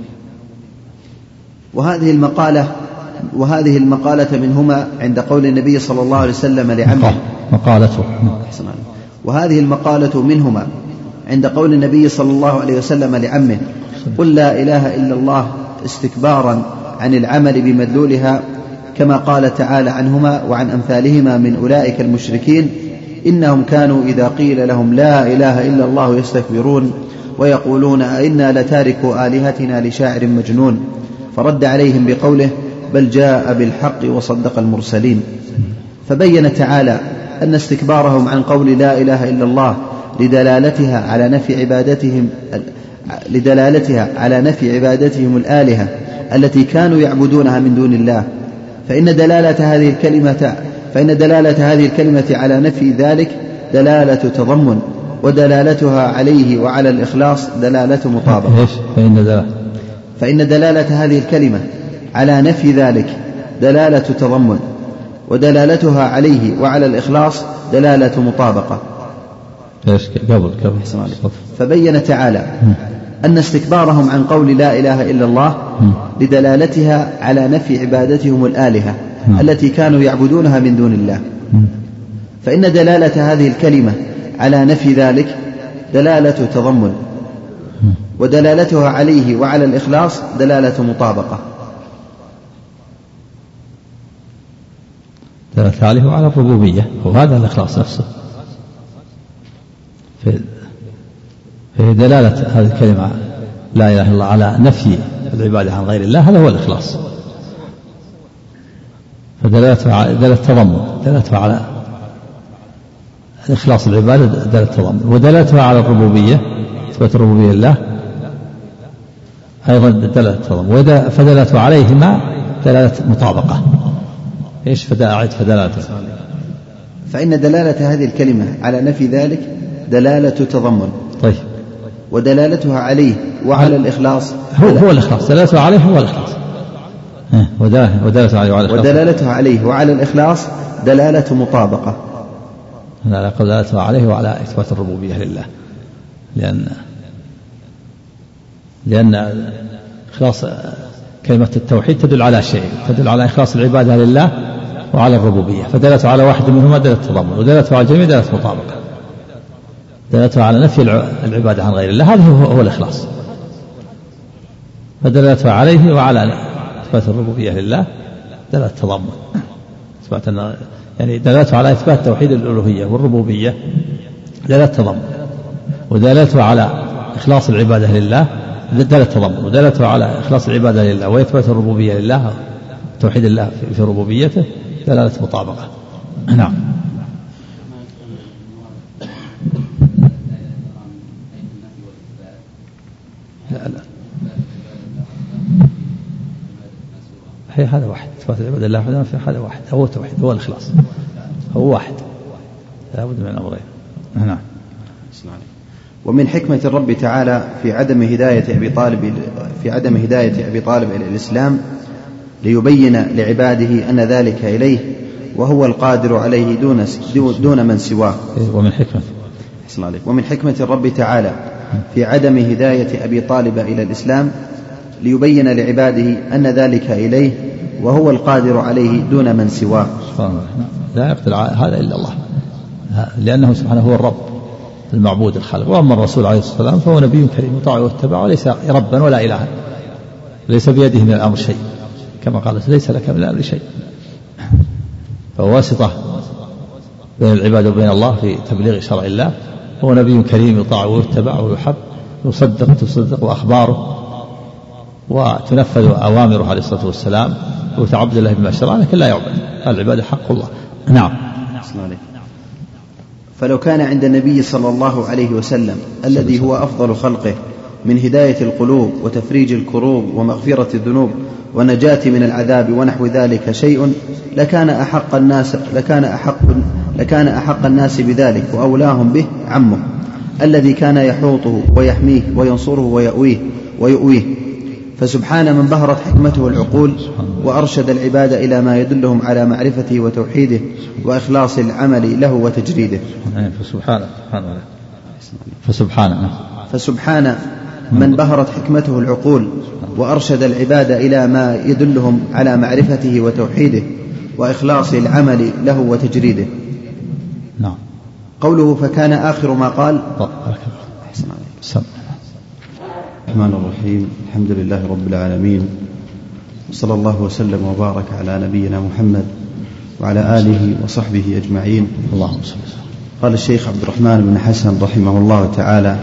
وهذه المقالة وهذه المقالة منهما عند قول النبي صلى الله عليه وسلم لعمه مقالته وهذه المقالة منهما عند قول النبي صلى الله عليه وسلم لعمه قل لا إله إلا الله استكبارا عن العمل بمدلولها كما قال تعالى عنهما وعن أمثالهما من أولئك المشركين إنهم كانوا إذا قيل لهم لا إله إلا الله يستكبرون ويقولون أئنا لتاركوا آلهتنا لشاعر مجنون. فرد عليهم بقوله بل جاء بالحق وصدق المرسلين. فبين تعالى أن استكبارهم عن قول لا إله إلا الله لدلالتها على نفي عبادتهم لدلالتها على نفي عبادتهم الآلهة التي كانوا يعبدونها من دون الله. فإن دلالة هذه الكلمة فإن دلالة هذه الكلمة على نفي ذلك دلالة تضمن ودلالتها عليه وعلى الإخلاص دلالة مطابقة. فإن دلالة فإن دلالة هذه الكلمة على نفي ذلك دلالة تضمن ودلالتها عليه وعلى الإخلاص دلالة مطابقة. قبل قبل فبين تعالى أن استكبارهم عن قول لا إله إلا الله لدلالتها على نفي عبادتهم الآلهة التي كانوا يعبدونها من دون الله. فإن دلالة هذه الكلمة على نفي ذلك دلالة تضمن ودلالتها عليه وعلى الإخلاص دلالة مطابقة. دلالة عليه وعلى الربوبية وهذا الإخلاص نفسه. في دلالة هذه الكلمة لا إله إلا الله على نفي العبادة عن غير الله هذا هو الإخلاص. فدلالتها دلالة تضمن دلالتها على إخلاص العبادة دلالة تضمن ودلالتها على الربوبية إثبات الربوبية لله أيضا دلالة تضمن فدلالتها عليهما دلالة مطابقة. إيش فدلالة فدلالته فإن دلالة هذه الكلمة على نفي ذلك دلالة تضمن. طيب. ودلالتها عليه وعلى الإخلاص هو هو الإخلاص دلالتها عليه هو الإخلاص ودلالتها عليه وعلى الإخلاص ودلالتها عليه وعلى الإخلاص دلالة مطابقة. لا دلالتها عليه وعلى إثبات الربوبية لله لأن لأن إخلاص كلمة التوحيد تدل على شيء تدل على إخلاص العبادة لله وعلى الربوبية فدلالته على واحد منهما دلالة تضمن ودلالته على الجميع دلالة مطابقة. دلالته على نفي العبادة عن غير الله هذا هو, هو الإخلاص. فدلالته عليه وعلى إثبات الربوبية لله دلالة تضمن إثبات أن يعني دلالته على إثبات توحيد الألوهية والربوبية دلالة تضمن ودلالته على إخلاص العبادة لله دلالة تضمن ودلالته على إخلاص العبادة لله وإثبات الربوبية لله توحيد الله في ربوبيته دلالة مطابقة. نعم. في هذا واحد، إثبات العبادة لله وحده في هذا واحد، هو التوحيد، هو الإخلاص، هو واحد، لا بد من الأمرين. نعم. ومن حكمة الرب تعالى في عدم هداية أبي طالب في عدم هداية أبي طالب إلى الإسلام ليبين لعباده أن ذلك إليه وهو القادر عليه دون دون من سواه. ومن حكمة ومن حكمة الرب تعالى في عدم هداية أبي طالب إلى الإسلام ليبين لعباده أن ذلك إليه وهو القادر عليه دون من سواه. لا يقدر هذا إلا الله، لأنه سبحانه هو الرب المعبود الخالق. وأما الرسول عليه الصلاة والسلام فهو نبي كريم يطاع ويتبع وليس ربا ولا إلها، ليس بيده من الأمر شيء، كما قال ليس لك من الأمر شيء، فهو واسطة بين العباد وبين الله في تبليغ شرع الله. هو نبي كريم يطاع ويتبع ويحب، يصدق تصدق وأخباره وتنفذ أوامره عليه الصلاة والسلام وتعبد الله بما شرع، لكن لا يعبد، العبادة حق الله. نعم. فلو كان عند النبي صلى الله عليه وسلم الذي هو أفضل خلقه من هداية القلوب وتفريج الكروب ومغفرة الذنوب ونجاة من العذاب ونحو ذلك شيء لكان أحق الناس لكان أحق لكان أحق الناس بذلك وأولاهم به عمه الذي كان يحوطه ويحميه وينصره ويؤويه ويؤويه فسبحان من بهرت حكمته العقول وأرشد العباد إلى ما يدلهم على معرفته وتوحيده وإخلاص العمل له وتجريده. فسبحانه فسبحانه فسبحان من بهرت حكمته العقول وأرشد العباد إلى ما يدلهم على معرفته وتوحيده وإخلاص العمل له وتجريده. نعم. قوله فكان آخر ما قال. أحسن عليك. الرحمن الرحيم. الحمد لله رب العالمين، وصلى الله وسلم وبارك على نبينا محمد وعلى آله وصحبه أجمعين. اللهم صل. قال الشيخ عبد الرحمن بن حسن رحمه الله تعالى: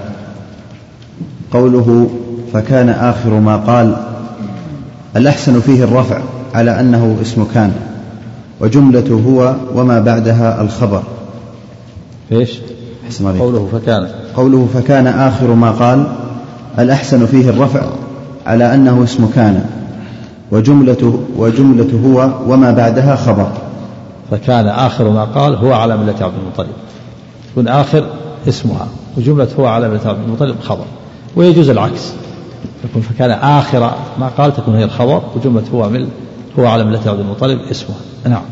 قوله فكان آخر ما قال الأحسن فيه الرفع على أنه اسم كان، وجملة هو وما بعدها الخبر. إيش؟ قوله فكان قوله فكان آخر ما قال الأحسن فيه الرفع على أنه اسم كان، وجملة وجملة هو وما بعدها خبر. فكان آخر ما قال هو على ملة عبد المطلب، يكون آخر اسمها، وجملة هو على ملة عبد المطلب خبر. ويجوز العكس، يكون فكان آخر ما قال تكون هي الخبر، وجملة هو مل هو على ملة عبد المطلب اسمها. نعم.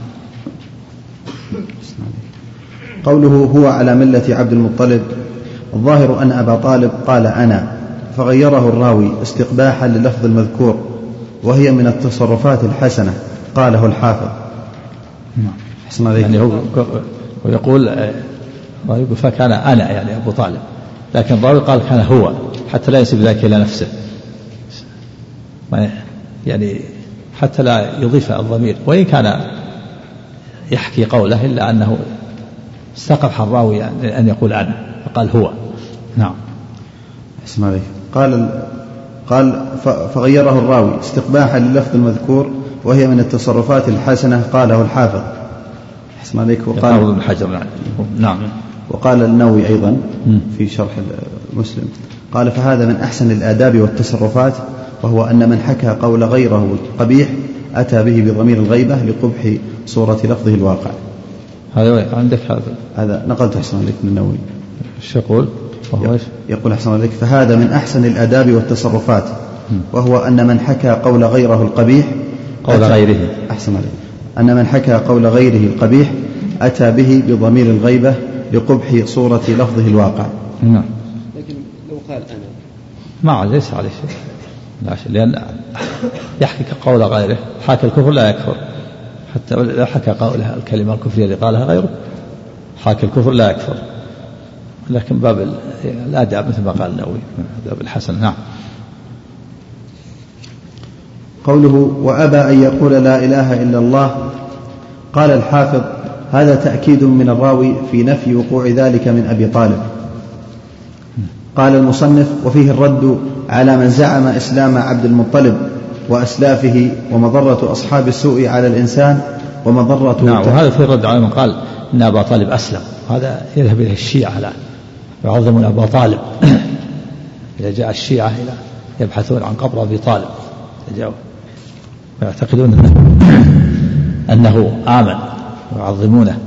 قوله هو على ملة عبد المطلب، الظاهر أن أبا طالب قال أنا، فغيره الراوي استقباحا للفظ المذكور، وهي من التصرفات الحسنة قاله الحافظ. يعني هو ويقول فكان أنا يعني أبو طالب، لكن الراوي قال كان هو حتى لا ينسب ذلك إلى نفسه، يعني حتى لا يضيف الضمير، وإن كان يحكي قوله إلا أنه استقبح الراوي أن يقول أنا فقال هو. نعم. اسمع قال قال فغيره الراوي استقباحا للفظ المذكور، وهي من التصرفات الحسنة قاله الحافظ. اسمع عليك. وقال ابن حجر. نعم. وقال النووي أيضا في شرح مسلم قال فهذا من أحسن الآداب والتصرفات، وهو أن من حكى قول غيره القبيح أتى به بضمير الغيبة لقبح صورة لفظه الواقع. هذا عندك هذا هذا نقلت أحسن عليك من النووي. ايش يقول؟ يقول أحسن عليك فهذا من أحسن الآداب والتصرفات، وهو أن من حكى قول غيره القبيح قول غيره أحسن عليك أن من حكى قول غيره القبيح أتى به بضمير الغيبة لقبح صورة لفظه الواقع. نعم. لكن لو قال أنا ما ليس عليه شيء، لا شيء، لأن يحكي قول غيره، حاكي الكفر لا يكفر، حتى لو حكى قولها الكلمة الكفرية اللي قالها غيره حاكي الكفر لا يكفر، لكن باب الآداب مثل ما قال النووي باب الحسن. نعم. قوله وأبى أن يقول لا إله إلا الله، قال الحافظ هذا تأكيد من الراوي في نفي وقوع ذلك من أبي طالب. قال المصنف وفيه الرد على من زعم إسلام عبد المطلب وأسلافه ومضرة أصحاب السوء على الإنسان ومضرة. نعم. وهذا فيه الرد على من قال إن أبا طالب أسلم، هذا يذهب إليه الشيعة الآن يعظمون أبا طالب. إذا جاء الشيعة إلى يبحثون عن قبر أبي طالب جاءوا يعتقدون أنه, أنه آمن ويعظمونه.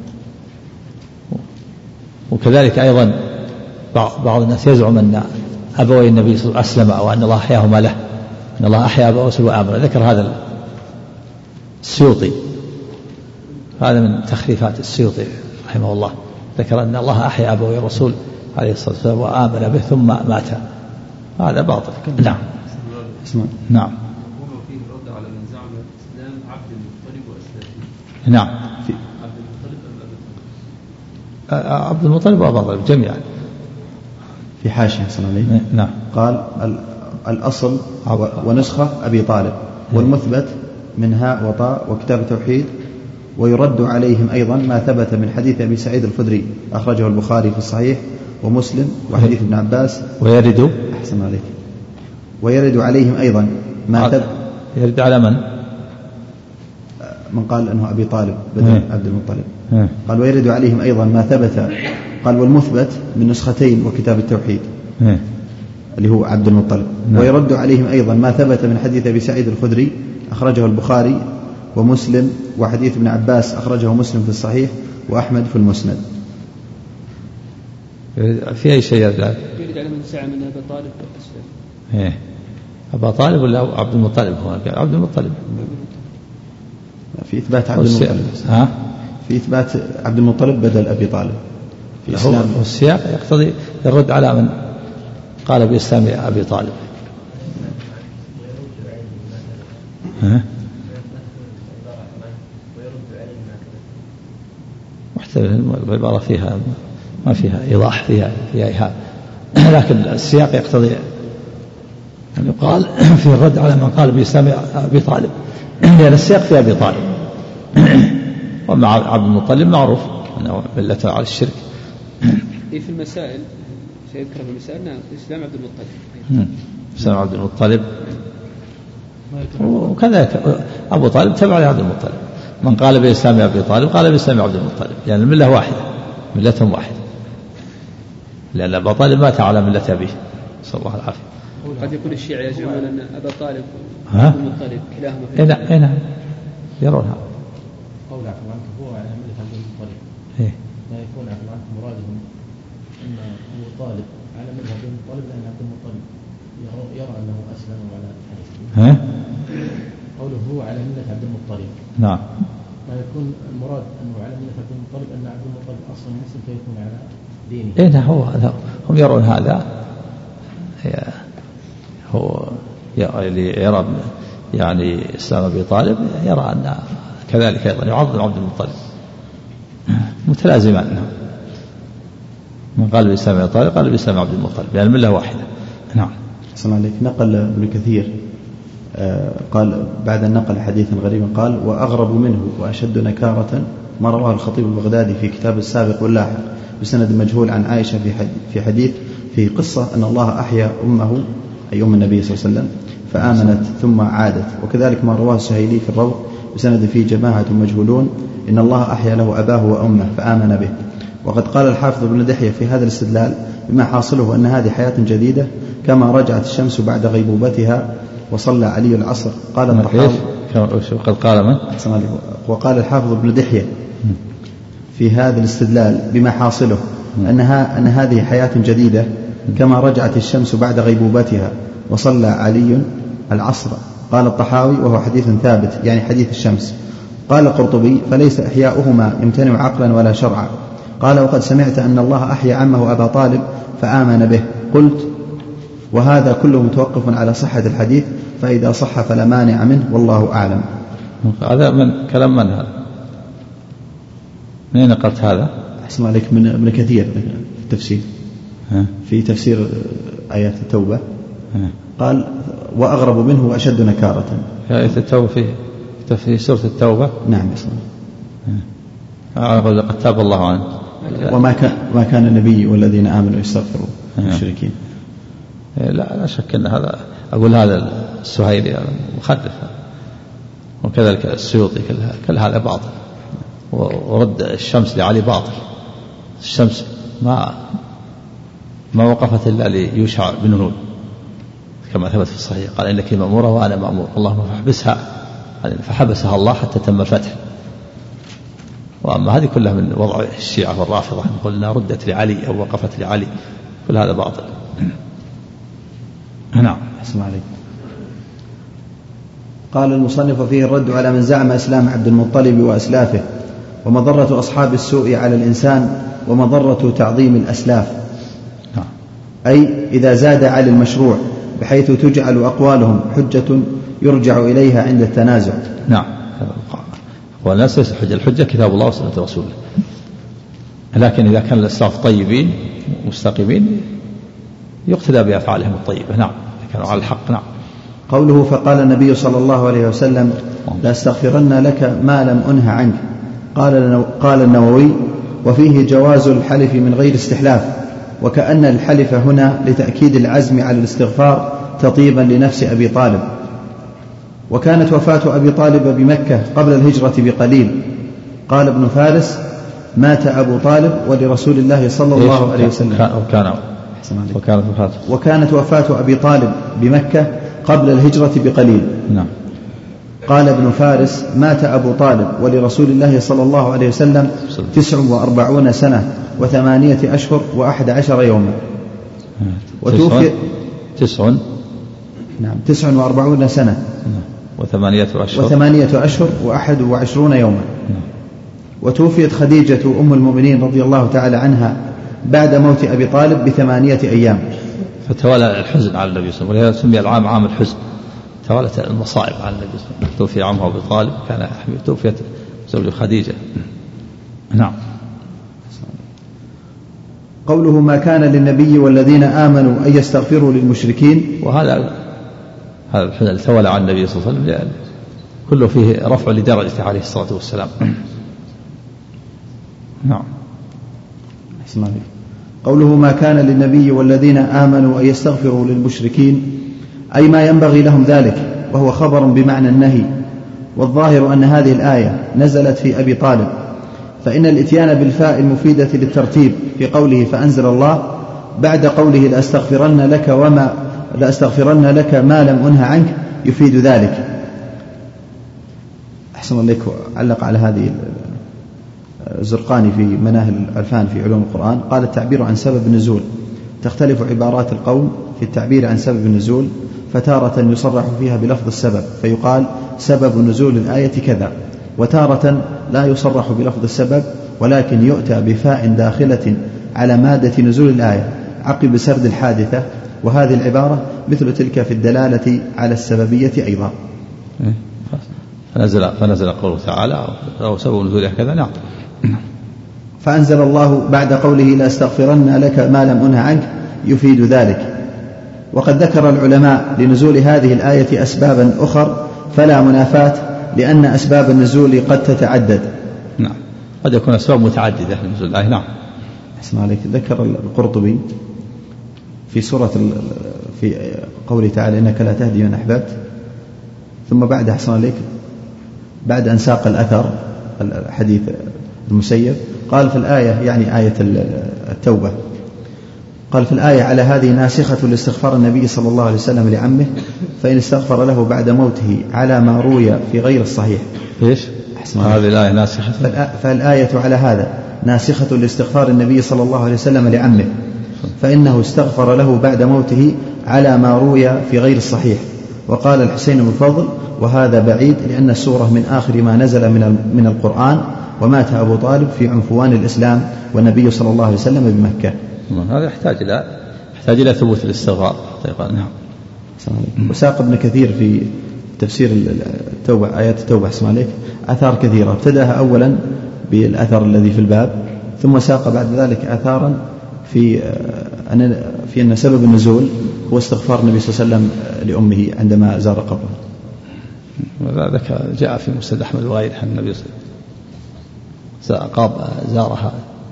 وكذلك أيضا بعض الناس يزعم أن أبوي النبي صلى الله عليه وسلم أو أن الله أحياهما له، أن الله أحيا أبا رسول وآمن. ذكر هذا السيوطي، هذا من تخريفات السيوطي رحمه الله، ذكر أن الله أحيا أبوي الرسول عليه الصلاة والسلام وآمن به ثم مات. هذا باطل. نعم نعم. يكون فيه الرد على من زعم إسلام عبد المطلب وأسلافه. نعم. عبد المطلب أم أبي عبد المطلب وأبا طالب جميعا. في حاشية صلى الله عليه. نعم. قال الأصل ونسخة أبي طالب، والمثبت من هاء وطاء وكتاب التوحيد. ويرد عليهم أيضا ما ثبت من حديث أبي سعيد الخدري أخرجه البخاري في الصحيح ومسلم وحديث ابن عباس. ويرد أحسن عليك. ويرد عليهم أيضا ما ثبت. يرد على من؟ من قال أنه أبي طالب بدل عبد المطلب. قال ويرد عليهم أيضا ما ثبت، قال والمثبت من نسختين وكتاب التوحيد اللي هو عبد المطلب. ويرد عليهم أيضا ما ثبت من حديث أبي سعيد الخدري أخرجه البخاري ومسلم وحديث ابن عباس أخرجه مسلم في الصحيح وأحمد في المسند. في أي شيء يرد على من زعم أن أبا طالب أسلم؟ إيه أبا طالب ولا عبد المطلب؟ هو عبد المطلب. في إثبات عبد المطلب. ها؟ في إثبات عبد المطلب بدل أبي طالب. في إسلام السياق يقتضي الرد على من قال بإسلام أبي طالب. ها؟ العبارة فيها ما فيها إيضاح، فيها فيها إيهام، لكن السياق يقتضي أن يقال في الرد على من قال بإسلام أبي طالب، لأن السياق في أبي طالب. ومع عبد المطلب معروف أنه ملته على الشرك. في المسائل سيذكر في المسائل نعم إسلام عبد المطلب. إسلام عبد المطلب وكذلك أبو طالب تبع لعبد المطلب. من قال بإسلام أبي طالب قال بإسلام عبد المطلب، يعني الملة واحدة، ملتهم واحدة، لأن أبا طالب مات على ملة أبيه صلى الله العافية. قد يكون الشيعة يزعمون أن أبا طالب وعبد المطلب كلاهما في الجنة. إيه نعم يرون هذا. قول عفوا عنك هو على ملة عبد المطلب. إيه. ما يكون عفوا عنك مرادهم أن أبو طالب على ملة عبد المطلب لأن عبد المطلب يرى أنه أسلم على الحديث. ها؟ قوله هو على ملة عبد المطلب. نعم. ما يكون المراد أنه على ملة عبد المطلب أن عبد المطلب أصلا مسلم فيكون على دينه. إيه نعم هو هذا، هم يرون هذا. هو اللي يرى يعني إسلام أبي طالب يرى أن كذلك أيضا يعظم عبد المطلب، متلازمان. من قال بإسلام أبي طالب قال بإسلام عبد المطلب، لأن يعني الملة واحدة. نعم. صلى الله عليك. نقل ابن كثير آه قال بعد أن نقل حديثا غريبا قال وأغرب منه وأشد نكارة ما رواه الخطيب البغدادي في كتاب السابق واللاحق بسند مجهول عن عائشة في حديث في قصة أن الله أحيا أمه أي أم النبي صلى الله عليه وسلم فآمنت ثم عادت. وكذلك ما رواه السهيلي في الروض بسند فيه جماعة مجهولون إن الله أحيا له أباه وأمه فآمن به. وقد قال الحافظ ابن دحية في هذا الاستدلال بما حاصله أن هذه حياة جديدة كما رجعت الشمس بعد غيبوبتها وصلى علي العصر. قال الطحاوي قد قال من؟ وقال الحافظ ابن دحية في هذا الاستدلال بما حاصله أنها أن هذه حياة جديدة كما رجعت الشمس بعد غيبوبتها وصلى علي العصر. قال الطحاوي وهو حديث ثابت يعني حديث الشمس. قال القرطبي فليس إحياؤهما يمتنع عقلا ولا شرعا. قال وقد سمعت أن الله أحيا عمه أبا طالب فآمن به. قلت وهذا كله متوقف على صحة الحديث فإذا صح فلا مانع منه والله أعلم. هذا من كلام من هذا؟ من نقلت هذا؟ أحسن عليك من ابن كثير في التفسير في تفسير آيات التوبة قال وأغرب منه وأشد نكارة. آية التوبة في في سورة التوبة. نعم. أقول قد تاب الله عنه. وما كان ما كان النبي والذين آمنوا يستغفروا المشركين. لا لا شك أن هذا أقول هذا السهيلي مخرف وكذلك السيوطي كل هذا باطل. ورد الشمس لعلي باطل. الشمس ما ما وقفت إلا ليوشع بن نون كما ثبت في الصحيح قال إنك مأمورة وأنا مأمور اللهم فحبسها فحبسها الله حتى تم الفتح. وأما هذه كلها من وضع الشيعة والرافضة قلنا ردت لعلي أو وقفت لعلي كل هذا باطل. نعم. أسمع عليك. قال المصنف فيه الرد على من زعم إسلام عبد المطلب وأسلافه ومضرة أصحاب السوء على الإنسان ومضرة تعظيم الأسلاف. نعم. أي إذا زاد على المشروع بحيث تجعل أقوالهم حجة يرجع إليها عند التنازع. نعم. والناس ليس الحجة، الحجة كتاب الله وسنة رسوله، لكن إذا كان الأسلاف طيبين مستقيمين يقتدى بأفعالهم الطيبة. نعم كانوا على الحق. نعم. قوله فقال النبي صلى الله عليه وسلم لأستغفرن لك ما لم أنه عنك. قال قال النووي وفيه جواز الحلف من غير استحلاف، وكأن الحلف هنا لتأكيد العزم على الاستغفار تطيبا لنفس أبي طالب. وكانت وفاة أبي طالب بمكة قبل الهجرة بقليل. قال ابن فارس مات أبو طالب ولرسول الله صلى الله عليه وسلم وكان وكانت وفاته وكانت وفاة أبي طالب بمكة قبل الهجرة بقليل. نعم. قال ابن فارس مات أبو طالب ولرسول الله صلى الله عليه وسلم تسع وأربعون سنة وثمانية أشهر وأحد عشر يوما. وتوفي تسع نعم تسع وأربعون سنة وثمانية أشهر وثمانية أشهر وأحد وعشرون يوما. وتوفيت خديجة أم المؤمنين رضي الله تعالى عنها بعد موت أبي طالب بثمانية أيام. فتوالى الحزن على النبي صلى الله عليه وسلم، سمي العام عام الحزن، توالت المصائب على النبي صلى الله عليه وسلم. توفي عمه أبي طالب كان توفيت زوج خديجة. نعم. قوله ما كان للنبي والذين آمنوا أن يستغفروا للمشركين، وهذا هذا الحزن الذي توالى على النبي صلى الله عليه وسلم كله فيه رفع لدرجته عليه الصلاة والسلام. نعم. قوله ما كان للنبي والذين آمنوا أن يستغفروا للمشركين أي ما ينبغي لهم ذلك، وهو خبر بمعنى النهي. والظاهر أن هذه الآية نزلت في أبي طالب، فإن الإتيان بالفاء المفيدة للترتيب في قوله فأنزل الله بعد قوله لأستغفرن لك وما لأستغفرن لك ما لم أنه عنك يفيد ذلك. أحسن الله علق على هذه الزرقاني في مناهل العرفان في علوم القرآن قال التعبير عن سبب النزول تختلف عبارات القوم في التعبير عن سبب النزول، فتارة يصرح فيها بلفظ السبب فيقال سبب نزول الآية كذا، وتارة لا يصرح بلفظ السبب ولكن يؤتى بفاء داخلة على مادة نزول الآية عقب سرد الحادثة، وهذه العبارة مثل تلك في الدلالة على السببية أيضا. فنزل, فنزل قوله تعالى أو سبب نزولها كذا. نعم. فأنزل الله بعد قوله لأستغفرن لك ما لم أنه عنك يفيد ذلك. وقد ذكر العلماء لنزول هذه الآية أسبابا أخر فلا منافاة، لأن أسباب النزول قد تتعدد. نعم. قد يكون أسباب متعددة لنزول الآية. نعم. أسمع عليك. ذكر القرطبي في سورة في قوله تعالى إنك لا تهدي من أحببت، ثم بعد أحسن عليك بعد أن ساق الأثر الحديث المسيب قال في الآية يعني آية التوبة قال في الآية على هذه ناسخة لاستغفار النبي صلى الله عليه وسلم لعمه فإن استغفر له بعد موته على ما روي في غير الصحيح. إيش هذه الآية ناسخة؟ فالآية على هذا ناسخة لاستغفار النبي صلى الله عليه وسلم لعمه فإنه استغفر له بعد موته على ما روي في غير الصحيح. وقال الحسين بن الفضل وهذا بعيد لأن السورة من آخر ما نزل من من القرآن، ومات أبو طالب في عنفوان الإسلام والنبي صلى الله عليه وسلم بمكة. هذا يحتاج إلى يحتاج إلى ثبوت الاستغفار. طيب. نعم. وساق ابن كثير في تفسير التوبة آيات التوبة اسمع عليك آثار كثيرة، ابتدأها أولا بالأثر الذي في الباب ثم ساق بعد ذلك آثارا في أن في أن سبب النزول هو استغفار النبي صلى الله عليه وسلم لأمه عندما زار قبره. ذلك جاء في مسند أحمد وغيره أن النبي صلى الله عليه وسلم زارها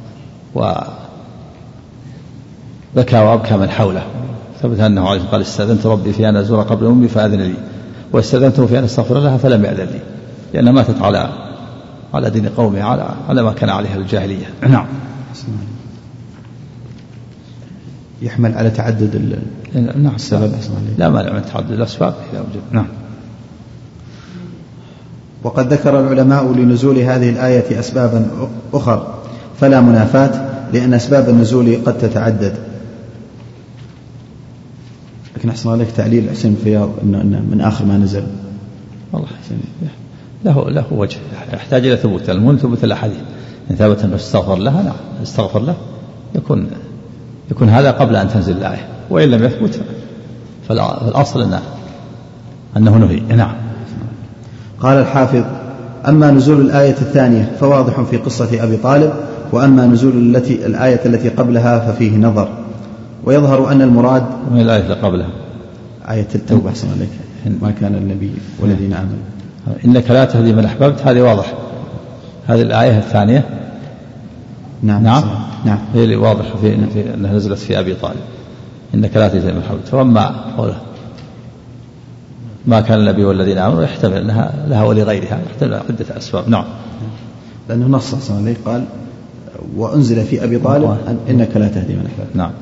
وبكى وأبكى من حوله، ثبت أنه عليه قال استأذنت ربي في أن أزور قبر أمي فأذن لي، واستأذنته في أن أستغفر لها فلم يأذن لي، لأنها ماتت على على دين قومه على على ما كان عليها الجاهلية. نعم. يحمل على تعدد ال... نعم السبب. لا مانع من تعدد الأسباب إذا وجد. نعم. وقد ذكر العلماء لنزول هذه الآية أسبابا أخر فلا منافاة، لأن أسباب النزول قد تتعدد. لكن أحسن عليك تعليل حسين الفياض إنه من آخر ما نزل والله له له وجه يحتاج إلى ثبوت. المهم ثبوت الأحاديث، إن ثبت أنه استغفر لها نعم استغفر له يكون يكون هذا قبل أن تنزل الآية، وإن لم يثبت فالأصل أنه أنه نهي. نعم. قال الحافظ: أما نزول الآية الثانية فواضح في قصة أبي طالب، وأما نزول التي الآية التي قبلها ففيه نظر. ويظهر أن المراد من الآية اللي قبلها آية التوبة أحسن عليك، ما كان النبي والذين آمنوا إنك لا تهدي من أحببت، هذه واضح. هذه الآية الثانية نعم نعم, نعم. هي اللي واضح في, في أنها نزلت في أبي طالب، إنك لا تهدي من أحببت. وأما قوله ما كان النبي والذين آمنوا يحتمل أنها لها ولغيرها، يحتمل عدة أسباب. نعم. لأنه نص أحسن عليك قال وأنزل في أبي طالب أن إنك لا تهدي من أحببت. نعم.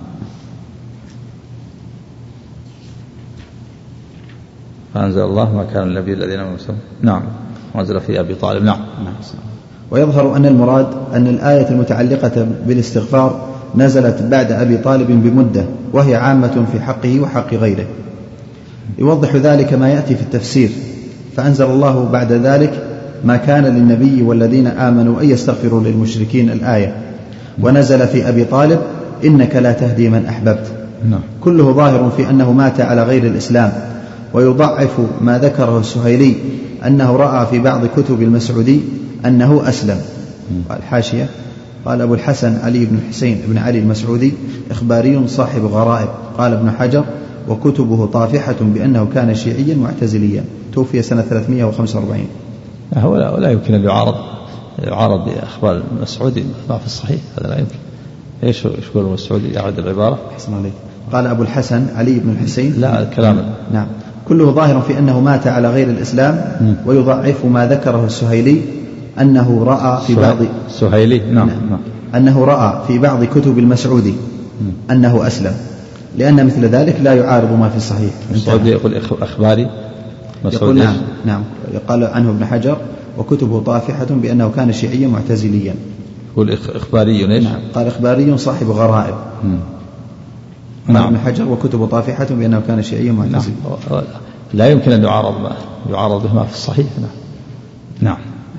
فأنزل الله ما كان النبي الذين آمنوا. نعم. وأنزل في أبي طالب. نعم. نعم. ويظهر أن المراد أن الآية المتعلقة بالاستغفار نزلت بعد أبي طالب بمدة، وهي عامة في حقه وحق غيره. يوضح ذلك ما يأتي في التفسير: فأنزل الله بعد ذلك ما كان للنبي والذين آمنوا أن يستغفروا للمشركين الآية، ونزل في أبي طالب إنك لا تهدي من أحببت. كله ظاهر في أنه مات على غير الإسلام. ويضعف ما ذكره السهيلي أنه رأى في بعض كتب المسعودي أنه أسلم. الحاشية قال أبو الحسن علي بن حسين بن علي المسعودي إخباري صاحب غرائب. قال ابن حجر: وكتبه طافحة بأنه كان شيعيا معتزليا، توفي سنة ثلاثمائة وخمسة وأربعين. ولا, ولا يمكن أن يعارض يعارض بأخبار المسعودي ما في الصحيح، هذا لا يمكن. إيش يقول المسعودي؟ يعد العبارة. حسن عليك. قال أبو الحسن علي بن الحسين. لا الكلام. نعم. كله ظاهر في أنه مات على غير الإسلام. ويضعف ما ذكره السهيلي أنه رأى في بعض السهيلي نعم. نعم أنه رأى في بعض كتب المسعودي أنه أسلم، لأن مثل ذلك لا يعارض ما في الصحيح. المسعودي يقول أخباري يقول نعم نعم قال عنه ابن حجر: وكتبه طافحة بأنه كان شيعيا معتزليا. يقول إخباري ليش؟ نعم. قال إخباري صاحب غرائب. قال ابن حجر: وكتبه طافحة بأنه كان شيعيا معتزليا. نعم. لا يمكن أن يعارض ما يعارض به ما في الصحيح. نعم. نعم.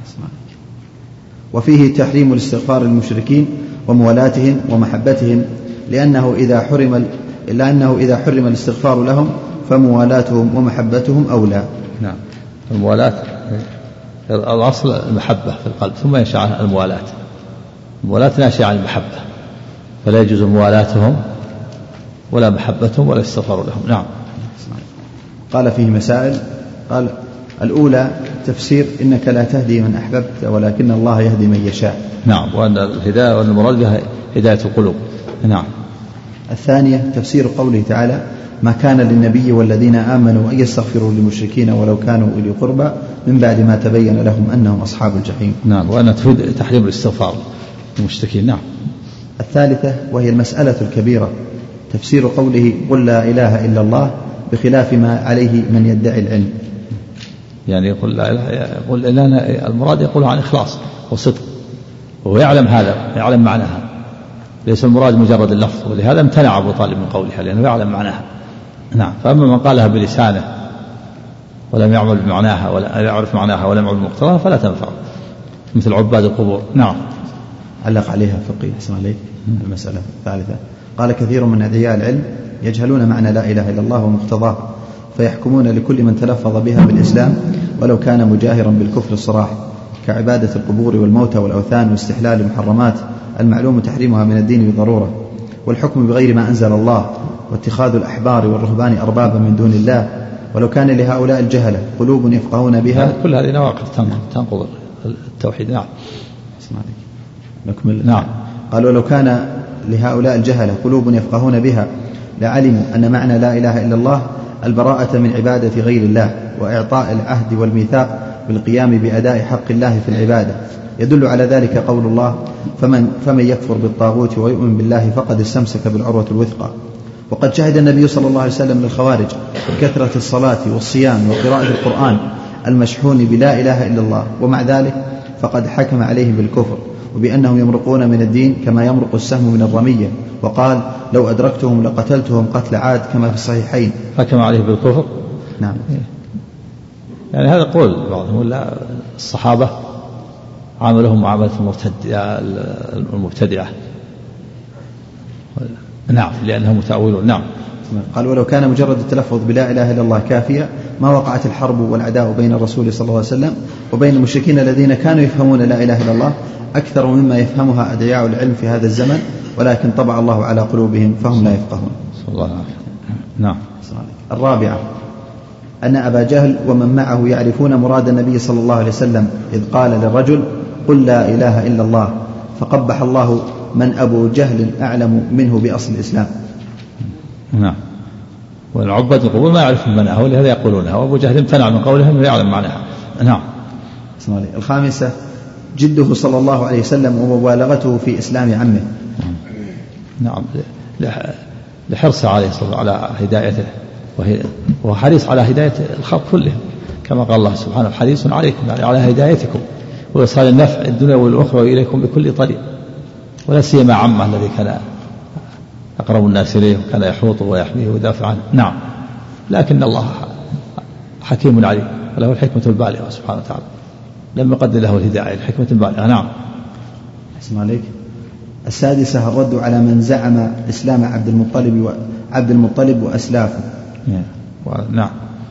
وفيه تحريم الاستغفار للمشركين وموالاتهم ومحبتهم، لأنه إذا حرم لأنه إذا حرم الاستغفار لهم فموالاتهم ومحبتهم أولى. نعم. الموالاة الأصل المحبة في القلب، ثم ينشأ الموالاة. الموالاة ناشئة عن المحبة، فلا يجوز موالاتهم ولا محبتهم ولا الاستغفار لهم. نعم. قال فيه مسائل. قال: الأولى تفسير إنك لا تهدي من أحببت ولكن الله يهدي من يشاء. نعم. وأن الهداية وأن المراد بها هداية القلوب. نعم. الثانية تفسير قوله تعالى: ما كان للنبي والذين آمنوا أن يستغفروا للمشركين ولو كانوا أولي قربى من بعد ما تبين لهم أنهم أصحاب الجحيم. نعم. وأن تفيد تحريم الاستغفار للمشركين. نعم. الثالثة وهي المسألة الكبيرة تفسير قوله: قل لا إله إلا الله، بخلاف ما عليه من يدعي العلم. يعني يقول لا إله يقول لا، المراد يقول عن إخلاص وصدق، وهو يعلم هذا، يعلم معناها، ليس المراد مجرد اللفظ. ولهذا امتنع أبو طالب من قولها لأنه يعلم معناها. نعم. فأما من قالها بلسانه ولم يعمل بمعناها ولا يعرف معناها ولم يعمل بمقتضاها فلا تنفع، مثل عباد القبور. نعم. علق عليها فقيه حسن عليك المسألة الثالثة. قال: كثير من أدعياء العلم يجهلون معنى لا إله إلا الله ومقتضاه، فيحكمون لكل من تلفظ بها بالإسلام ولو كان مجاهرا بالكفر الصراح، كعبادة القبور والموتى والأوثان واستحلال المحرمات المعلوم تحريمها من الدين بضرورة، والحكم بغير ما أنزل الله، واتخاذ الأحبار والرهبان أربابا من دون الله، ولو كان لهؤلاء الجهلة قلوب يفقهون بها. كل هذه نواقض تنقض التوحيد. نعم. نكمل. نعم. قال: ولو كان لهؤلاء الجهلة قلوب يفقهون بها لعلموا أن معنى لا إله إلا الله البراءة من عبادة غير الله، وإعطاء العهد والميثاق بالقيام بأداء حق الله في العبادة. يدل على ذلك قول الله: فمن, فمن يكفر بالطاغوت ويؤمن بالله فقد استمسك بالعروة الوثقى. وقد شهد النبي صلى الله عليه وسلم للخوارج بكثرة الصلاة والصيام وقراءة القرآن المشحون بلا إله إلا الله، ومع ذلك فقد حكم عليهم بالكفر وبأنهم يمرقون من الدين كما يمرق السهم من الرمية، وقال: لو أدركتهم لقتلتهم قتل عاد كما في الصحيحين. حكم عليه بالكفر. نعم. يعني هذا قول بعضهم، ولا الصحابة عاملهم معاملة المبتدعة. نعم، لأنهم متأولون. نعم. قال: ولو كان مجرد التلفظ بلا إله إلا الله كافية ما وقعت الحرب والعداء بين الرسول صلى الله عليه وسلم وبين المشركين الذين كانوا يفهمون لا إله إلا الله أكثر مما يفهمها أدعياء العلم في هذا الزمن، ولكن طبع الله على قلوبهم فهم لا يفقهون. صلى الله عليه وسلم. نعم. الرابعة أن أبا جهل ومن معه يعرفون مراد النبي صلى الله عليه وسلم إذ قال للرجل: قل لا إله إلا الله، فقبح الله من أبو جهل أعلم منه بأصل الإسلام. نعم. والعباد القبور ما يعرفون معناها ولهذا يقولونها، وأبو جهل امتنع من قولهم ويعلم معناها. نعم. الخامسة جده صلى الله عليه وسلم ومبالغته في إسلام عمه. نعم، لحرصه عليه الصلاة والسلام على هدايته، وهو حريص على هداية الخلق كلهم، كما قال الله سبحانه: حريص عليكم، يعني على هدايتكم وإيصال النفع الدنيا والأخرى إليكم بكل طريق، ولا سيما عمه الذي كان أقرب الناس إليه وكان يحوطه ويحميه ويدافع عنه. نعم، لكن الله حكيم عليم وله الحكمة البالغة سبحانه وتعالى، لم يقدر له الهداية، الحكمة البالغة. نعم. أسمع عليك. السادسة الرد على من زعم إسلام عبد المطلب وعبد المطلب وأسلافه. نعم،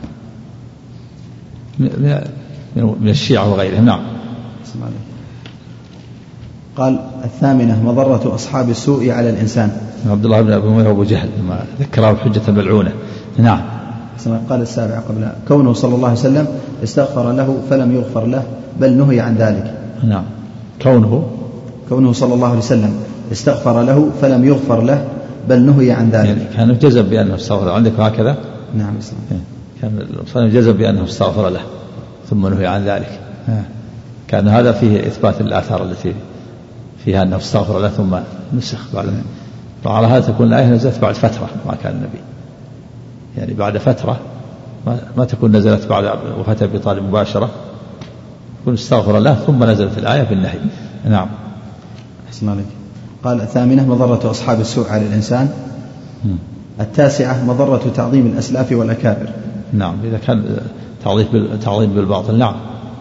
من الشيعة وغيرهم. نعم. أسمع عليك. قال: الثامنة مضرة أصحاب السوء على الإنسان. عبد الله بن أبي أمية وأبو جهل ما ذكره الحجة الملعونة. نعم. قال السابعة قبل: كونه صلى الله عليه وسلم استغفر له فلم يغفر له بل نهي عن ذلك. نعم. كونه كونه صلى الله عليه وسلم استغفر له فلم يغفر له بل نهي عن ذلك. يعني كان جزم بأنه استغفر. عندك هكذا؟ نعم. كان جزم بأنه استغفر له ثم نهي عن ذلك. كان هذا فيه إثبات الآثار التي فيها أنه استغفر له ثم نسخ بعد. وعلى هذا تكون الآية نزلت بعد فترة ما كان النبي، يعني بعد فترة ما, ما تكون نزلت بعد وفاة أبي طالب مباشرة، يكون استغفر الله ثم نزلت الآية بالنهي. نعم. أحسن عليك. قال: الثامنة مضرة أصحاب السوء على الإنسان. م. التاسعة مضرة تعظيم الأسلاف والأكابر. نعم، إذا كان تعظيم بالباطل. نعم.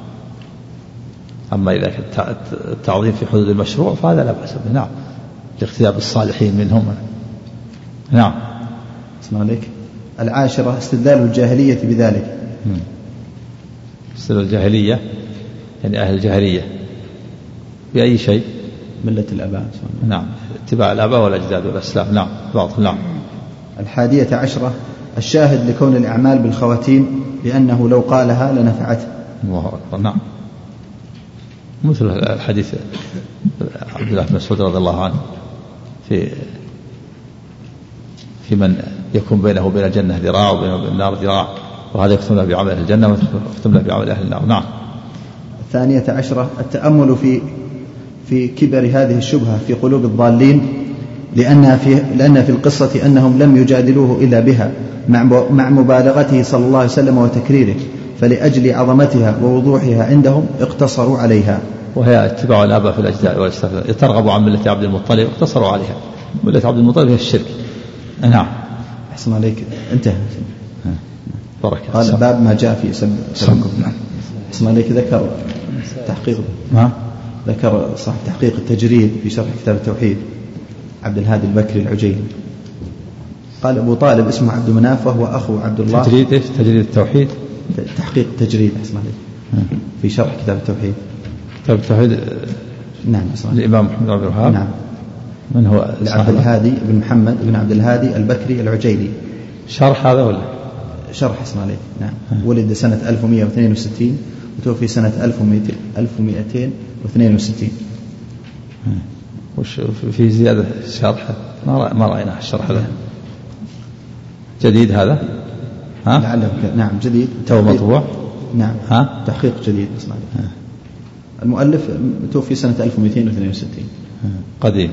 أما إذا كان التعظيم في حدود المشروع فهذا لا بأس به. نعم، الاقتداء بالصالحين منهم. نعم. اسمع عليك. العاشرة استدلال الجاهلية بذلك. استدلال الجاهلية يعني أهل الجاهلية بأي شيء؟ ملة الآباء. نعم، اتباع الآباء والأجداد والأسلام. نعم، باطل. نعم. الحادية عشرة الشاهد لكون الأعمال بالخواتيم لأنه لو قالها لنفعته. الله أكبر. نعم، مثل الحديث عبد الله بن مسعود رضي الله عنه في في من يكون بينه وبين الجنة ذراع وبينه وبين النار ذراع، وهذا يختم له بعمل أهل الجنة ويختم له بعمل أهل النار. نعم. الثانية عشرة التأمل في في كبر هذه الشبهة في قلوب الضالين، لأن في لأن في القصة أنهم لم يجادلوه إلا بها مع مبالغته صلى الله عليه وسلم وتكريره، فلأجل عظمتها ووضوحها عندهم اقتصروا عليها. وهي اتباع الآباء في الأجداد والأسلاف، يترغبوا عن ملة عبد المطلب اقتصروا عليها. ملة عبد المطلب هي الشرك. نعم. أحسن عليك. انتهى. بركة. قال: باب ما جاء في سب سبكم. نعم. أحسن عليك. ذكر تحقيق ما ذكر صاحب تحقيق التجريد في شرح كتاب التوحيد عبد الهادي البكري العجيلي. قال: أبو طالب اسمه عبد مناف وهو أخو عبد الله. تجريد إيش؟ تجريد التوحيد. تحقيق التجريد. أحسن عليك. في شرح كتاب التوحيد. كتاب التوحيد. نعم. الإمام محمد عبد الوهاب. نعم. من هو؟ عبد الهادي بن محمد بن عبد الهادي البكري العجيلي. شرح هذا ولا؟ شرح. اسمع عليك. نعم. ولد سنة ألف ومئة واثنين وستين وتوفي سنة ألف ومئتين واثنين وستين. وش في زيادة شرح؟ ما ما رأينا الشرح هذا. جديد هذا؟ ها؟ لعله. نعم، جديد. تو مطبوع. نعم. ها؟ تحقيق جديد. المؤلف توفي سنة ألف ومئتين واثنين وستين. قديم.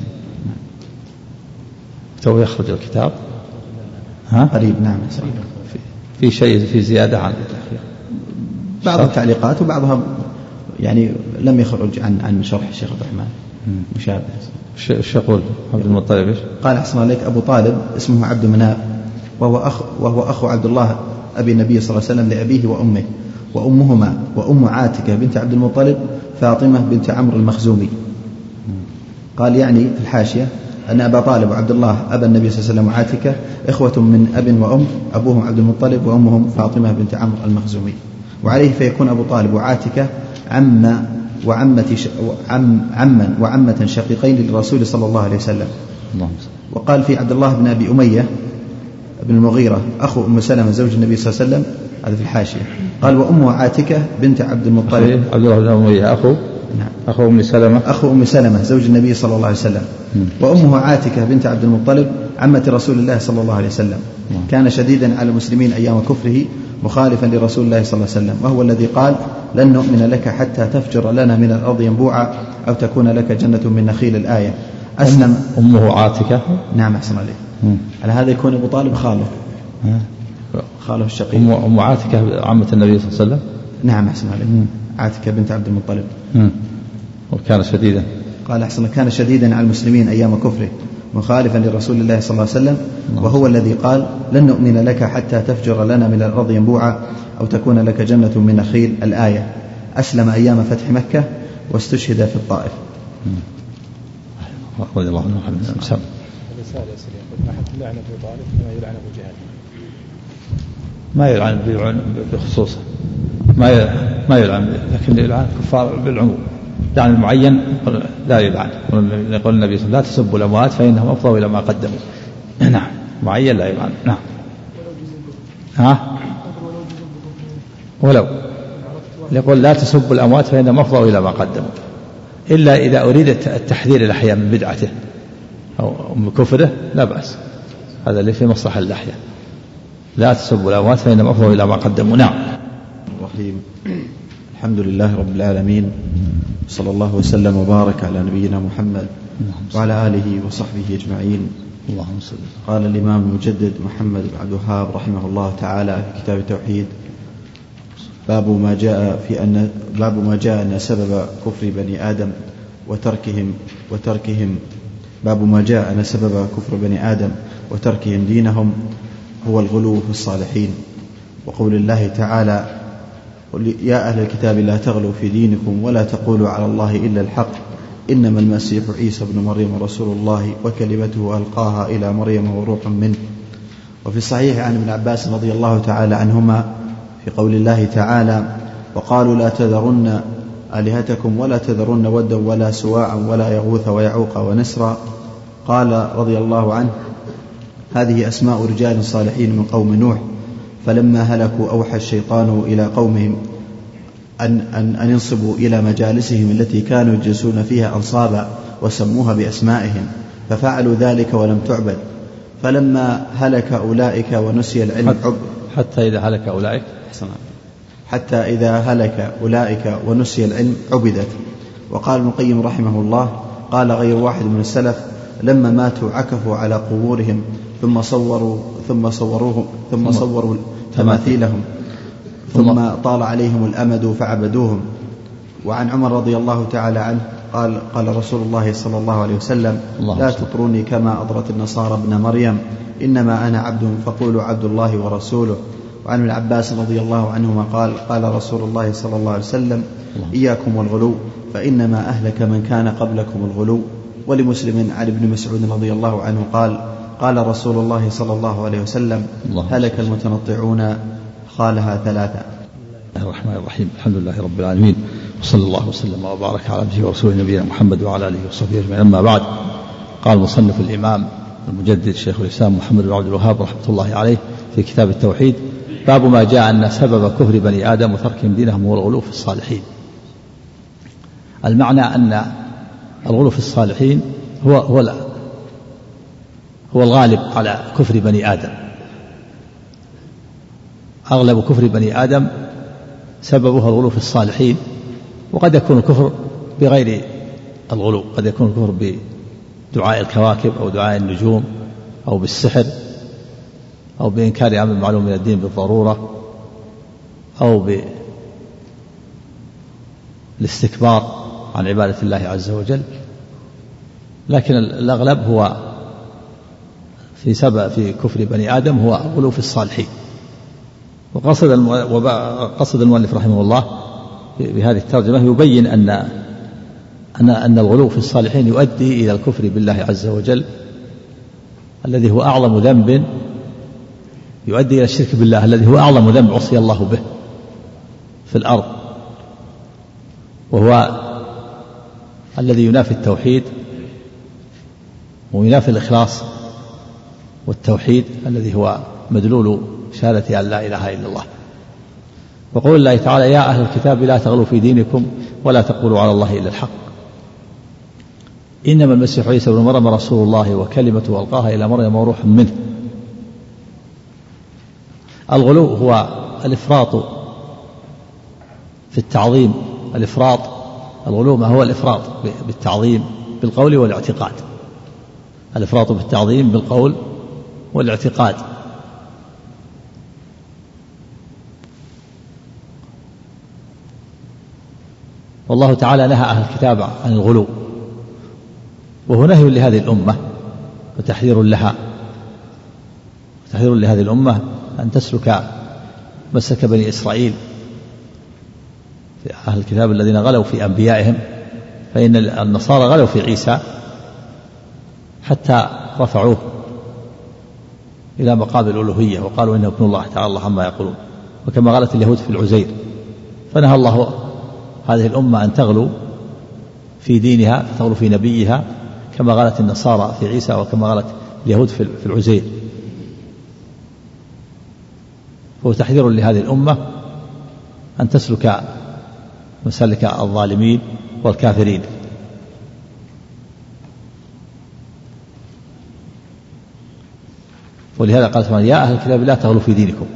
تو يخرج الكتاب. ها؟ قريب. نعم. في, في شيء في زيادة عن بعض التعليقات وبعضها يعني لم يخرج عن عن شرح الشيخ عبد الرحمن مشابه. ايش يقول عبد المطلب؟ ايش قال أحسن عليك أبو طالب اسمه عبد مناف وهو أخ وهو أخو عبد الله أبي النبي صلى الله عليه وسلم لأبيه وأمه، وأمهما وأم عاتكة بنت عبد المطلب فاطمة بنت عمرو المخزومي. قال يعني في الحاشية أن أبا طالب وعبد الله أبا النبي صلى الله عليه وسلم وعاتكة إخوة من أب وأم، أبوهم عبد المطلب وأمهم فاطمة بنت عمرو المخزومي. وعليه فيكون أبو طالب وعاتكة عم وعمة ش... عم... عما وعمة شقيقين للرسول صلى الله عليه وسلم. وقال في عبد الله بن أبي أمية بن المغيرة أخو أم سلمة زوج النبي صلى الله عليه وسلم، هذا في الحاشية. قال وأمه عاتكة بنت عبد المطلب. عبد الله بن أمية أخو نعم. أخو أم سلمة أخو أم سلمة زوج النبي صلى الله عليه وسلم. وأمه عاتكة بنت عبد المطلب عمة رسول الله صلى الله عليه وسلم. كان شديدا على المسلمين أيام كفره مخالفا لرسول الله صلى الله عليه وسلم، وهو الذي قال لن نؤمن لك حتى تفجر لنا من الأرض ينبوعا أو تكون لك جنة من نخيل. الآية. أسلم. أمه عاتكة. نعم أحسن عليه. على هذا يكون أبو طالب خاله خاله الشقيق. أم عاتكة عمة النبي صلى الله عليه وسلم. نعم أحسن عليه. عاتكة بنت عبد المطلب. مم. وكان شديدا. قال أحسن كان شديدا على المسلمين أيام كفره مخالفا لرسول الله صلى الله عليه وسلم، وهو الذي قال لن نؤمن لك حتى تفجر لنا من الأرض ينبوعا أو تكون لك جنة من نخيل. الآية. أسلم أيام فتح مكة واستشهد في الطائف. رضي الله عنه. الرسالة يسأل يقول ما حد لعن أبو طالب كما يلعن أبو جهل. ما يلعن بخصوصه، ما ما يلعن، لكن يلعن كفار بالعموم. يعني المعين لا يلعن. يقول النبي صلى الله عليه وسلم لا تسبوا الأموات فإنهم أفضوا إلى ما قدموا. نعم. معين لا يلعن. نعم. ها؟ ولو يقول لا تسبوا الأموات فإنهم أفضوا إلى ما قدموا، إلا إذا أريد التحذير الأحياء من بدعته أو من كفره لا بأس، هذا اللي في مصلحة الأحياء. لا تسبوا الأموات فإنهم أفضوا إلى ما قدموا. نعم. الرحيم. الحمد لله رب العالمين، صلى الله وسلم وبارك على نبينا محمد وعلى آله وصحبه أجمعين. اللهم صل. قال الإمام المجدد محمد بن عبد الوهاب رحمه الله تعالى في كتاب التوحيد باب ما جاء في أن باب ما جاء أن سبب كفر بني آدم وتركهم وتركهم باب ما جاء أن سبب كفر بني آدم وتركهم دينهم هو الغلو في الصالحين، وقول الله تعالى يا أهل الكتاب لا تغلوا في دينكم ولا تقولوا على الله إلا الحق إنما المسيح عيسى بن مريم رسول الله وكلمته ألقاها إلى مريم وروح منه. وفي الصحيح عن ابن عباس رضي الله تعالى عنهما في قول الله تعالى وقالوا لا تذرن آلهتكم ولا تذرن ودا ولا سواعا ولا يغوث ويعوق ونسرا، قال رضي الله عنه هذه أسماء رجال صالحين من قوم نوح، فلما هلكوا أوحى الشيطان إلى قومهم أن, أن, أن ينصبوا إلى مجالسهم التي كانوا يجلسون فيها أنصابا وسموها بأسمائهم، ففعلوا ذلك ولم تعبد، فلما هلك أولئك ونسي العلم عب حتى إذا هلك أولئك حتى إذا هلك أولئك ونسي العلم عبدت. وقال ابن القيم رحمه الله قال غير واحد من السلف لما ماتوا عكفوا على قبورهم ثم صوروا ثم صوروهم ثم صوروا تماثيلهم ثم طال عليهم الأمد فعبدوهم. وعن عمر رضي الله تعالى عنه قال قال رسول الله صلى الله عليه وسلم لا تطروني كما أطرت النصارى ابن مريم إنما أنا عبد فقولوا عبد الله ورسوله. وعن ابن عباس رضي الله عنهما قال قال رسول الله صلى الله عليه وسلم إياكم والغلو فإنما أهلك من كان قبلكم الغلو. ولمسلم عن ابن مسعود رضي الله عنه قال قال رسول الله صلى الله عليه وسلم هلك المتنطعون قالها ثلاثة. الرحمن الرحيم. الحمد لله رب العالمين، وصلى الله وسلم وبارك على عبده ورسوله نبينا محمد وعلى آله وصحبه أجمعين. أما بعد، قال مصنف الإمام المجدد شيخ الإسلام محمد بن عبد الوهاب رحمة الله عليه في كتاب التوحيد باب ما جاء أن سبب كفر بني آدم وتركهم دينهم هو الغلو في الصالحين. المعنى أن الغلو في الصالحين هو هو هو الغالب على كفر بني آدم. أغلب كفر بني آدم سببها الغلو في الصالحين. وقد يكون الكفر بغير الغلو، قد يكون الكفر بدعاء الكواكب أو دعاء النجوم أو بالسحر أو بإنكار أمر معلوم من الدين بالضرورة أو بالاستكبار عن عبادة الله عز وجل. لكن الأغلب هو في سبب في كفر بني آدم هو غلو في الصالحين. وقصد قصد المؤلف رحمه الله بهذه الترجمة يبين أن أن أن الغلو في الصالحين يؤدي إلى الكفر بالله عز وجل الذي هو أعظم ذنب، يؤدي إلى الشرك بالله الذي هو أعظم ذنب عصي الله به في الأرض، وهو الذي ينافي التوحيد وينافي الإخلاص والتوحيد الذي هو مدلول شهادة أن لا إله إلا الله. وقول الله تعالى: يا أهل الكتاب لا تغلوا في دينكم ولا تقولوا على الله إلا الحق إنما المسيح عيسى ابن مريم رسول الله وكلمته ألقاها إلى مريم وروح منه. الغلو هو الإفراط في التعظيم، الإفراط الغلو ما هو الإفراط بالتعظيم بالقول والاعتقاد، الإفراط بالتعظيم بالقول والاعتقاد. والله تعالى نهى أهل الكتاب عن الغلو، وهو نهي لهذه الأمة وتحذير لها، تحذير لهذه الأمة أن تسلك مسلك بني إسرائيل في أهل الكتاب الذين غلوا في أنبيائهم. فإن النصارى غلوا في عيسى حتى رفعوه إلى مقام الألوهية وقالوا إنه ابن الله تعالى الله عما يقولون، وكما غلت اليهود في العزير. فنهى الله هذه الأمة أن تغلو في دينها، فتغلو في نبيها كما غلت النصارى في عيسى وكما غلت اليهود في العزير. هو تحذير لهذه الأمة أن تسلك مسلك الظالمين والكافرين. ولهذا قال سبحانه: يا أهل الكتاب لا تغلوا في دينكم.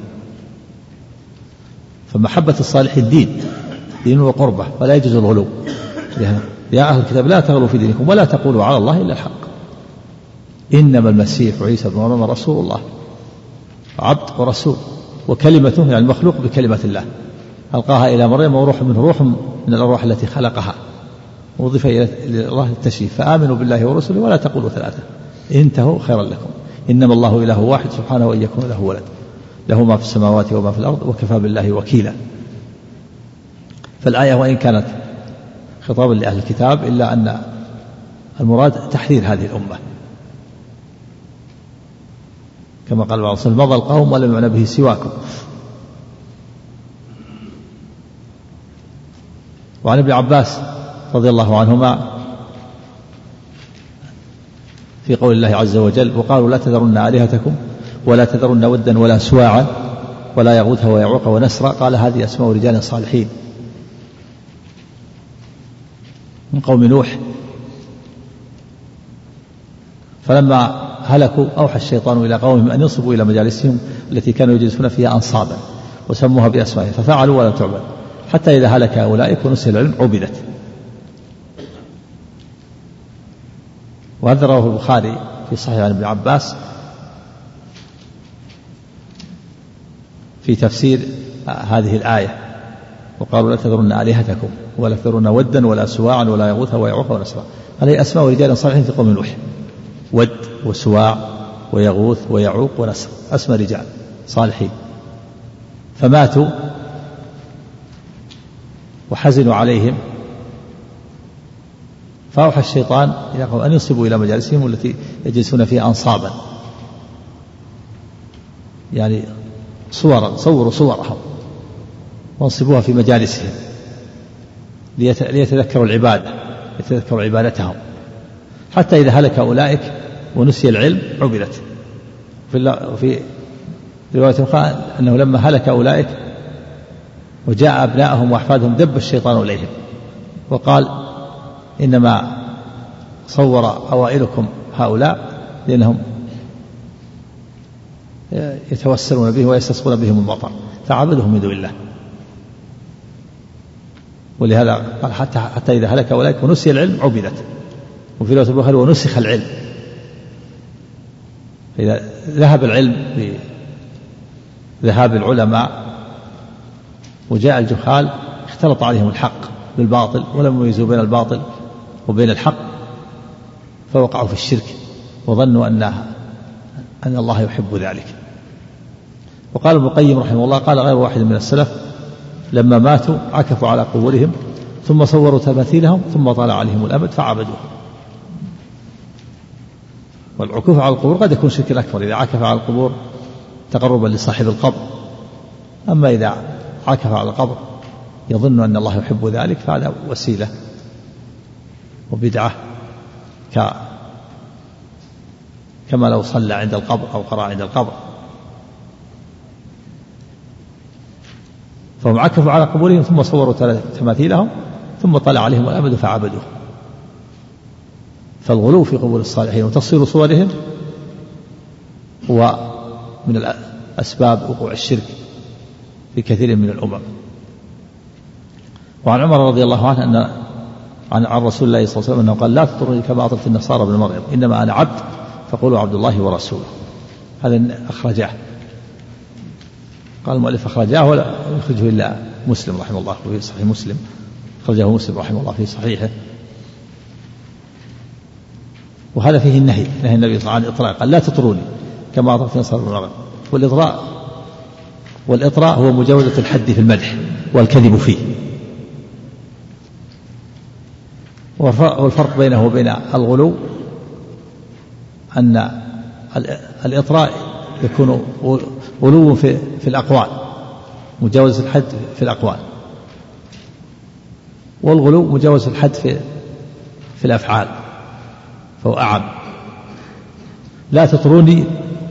فمحبة الصالح الدين دين وقربة، ولا يجوز الغلو. يا أهل الكتاب لا تغلوا في دينكم ولا تقولوا على الله إلا الحق إنما المسيح عيسى بن مريم رسول الله، عبد ورسول، وكلمته يعني المخلوق بكلمة الله ألقاها إلى مريم وروح منه، روح من الأرواح التي خلقها، وضيف إلى الله التشريف. فآمنوا بالله ورسله ولا تقولوا ثلاثة انتهوا خيرا لكم إنما الله إله واحد سبحانه أن يكون له ولد له ما في السماوات وما في الأرض وكفى بالله وكيلا. فالآية وإن كانت خطابا لأهل الكتاب إلا أن المراد تحذير هذه الأمة، كما قال بعض الرسول: مضى القوم ولم يعنى به سواكم. وعن ابن عباس رضي الله عنهما في قول الله عز وجل: وقالوا لا تذرن آلهتكم ولا تذرن ودا ولا سواعا ولا يغوث ويعوق ونسرا، قال هذه أسماء رجال صالحين من قوم نوح. فلما هلكوا أوحى الشيطان إلى قومهم أن ينصبوا إلى مجالسهم التي كانوا يجلسون فيها أنصابا وسموها بأسمائهم ففعلوا ولم تعبد حتى إذا هلك أولئك ونسي العلم عبدت. وهذا رواه البخاري في صحيح عن ابن عباس في تفسير هذه الآية: وقالوا لا تذرن آلهتكم ولا تذرن ودا ولا سواعا ولا يغوث ويعوق ونسرا. هذه أسماء رجال صالحين في قوم نوح: ود وسواع ويغوث ويعوق ونسر، أسماء رجال صالحين فماتوا وحزنوا عليهم، فأوحى الشيطان إلى قوم أن ينصبوا إلى مجالسهم التي يجلسون فيها أنصابا، يعني صورا، صوروا صورهم وانصبوها في مجالسهم ليتذكروا العبادة، يتذكروا عبادتهم، حتى إذا هلك أولئك ونسي العلم عبدت. في رواية أخرى أنه لما هلك أولئك وجاء أبنائهم وأحفادهم دب الشيطان إليهم وقال: إنما صور أوائلكم هؤلاء لأنهم يتوسلون به ويستسقون بهم المطر فعبدهم من دون الله. ولهذا قال حتى حتى إذا هلك أولئك ونسي العلم عبدت، وفي رواية البخاري ونسخ العلم. إذا ذهب العلم بذهاب العلماء وجاء الجهال اختلط عليهم الحق بالباطل ولم يميزوا بين الباطل وبين الحق، فوقعوا في الشرك وظنوا أنها أن الله يحب ذلك. وقال ابن القيم رحمه الله قال غير واحد من السلف لما ماتوا عكفوا على قبورهم ثم صوروا تماثيلهم ثم طال عليهم الأمد فعبدوه. والعكوف على القبور قد يكون شرك أكبر إذا عكف على القبور تقربا لصاحب القبر، أما إذا عكف على القبر يظن أن الله يحب ذلك فهذا وسيلة وبدعة ك كما لو صلى عند القبر أو قرأ عند القبر. فهم عكفوا على قبورهم ثم صوروا تماثيلهم ثم طلع عليهم الأمد فعبدوه. فالغلو في قبور الصالحين وتصوير صورهم هو من الأسباب وقوع الشرك في كثير من الأمم. وعن عمر رضي الله عنه أن عن عن رسول الله صلى الله عليه وسلم أنه قال لا تطروني كما أطرت النصارى ابن مريم إنما أنا عبد فقولوا عبد الله ورسوله. هذا أخرجاه، قال المؤلف أخرجاه ولا يخرجه إلا مسلم رحمه الله في صحيح مسلم، أخرجه مسلم رحمه الله في صحيحه. وهذا فيه النهي، نهي النبي صلى الله عليه وسلم عن الإطراء، قال لا تطروني كما أطرت النصارى ابن مريم. والإطراء والإطراء هو مجاوزة الحد في المدح والكذب فيه. والفرق بينه وبين الغلو أن الإطراء يكون غلو في, في الأقوال، مجاوزة الحد في الأقوال، والغلو مجاوزة الحد في, في الأفعال فهو أعم. لا تطروني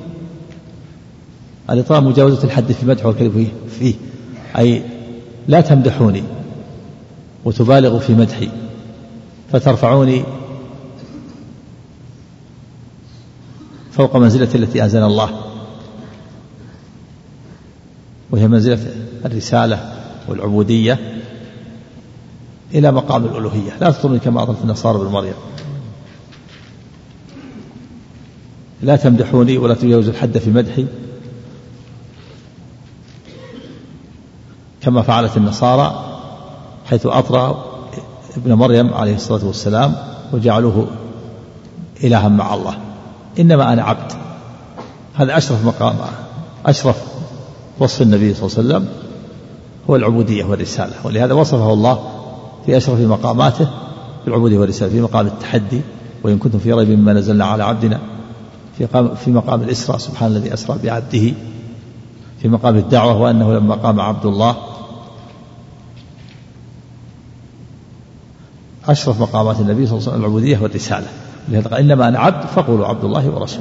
الإطراء مجاوزة الحد في المدح والكذب فيه، أي لا تمدحوني وتبالغوا في مدحي فترفعوني فوق منزلة التي أنزل الله وهي منزلة الرسالة والعبودية إلى مقام الألوهية. لا تطروني كما أطرت النصارى ابن مريم، لا تمدحوني ولا تجاوزوا الحد في مدحي كما فعلت النصارى حيث أطرأ ابن مريم عليه الصلاة والسلام وجعلوه إلها مع الله. إنما أنا عبد، هذا أشرف مقام، أشرف وصف النبي صلى الله عليه وسلم هو العبودية والرسالة، ولهذا وصفه الله في أشرف مقاماته بالعبودية والرسالة، في مقام التحدي وإن كنتم في ريب مما نزلنا على عبدنا، في, في مقام الإسراء سبحان الذي أسرى بعبده، في مقام الدعوة وأنه لما قام عبد الله. أشرف مقامات النبي صلى الله عليه وسلم العبودية والرسالة، لهذا قال إنما أنا عبد فقولوا عبد الله ورسوله.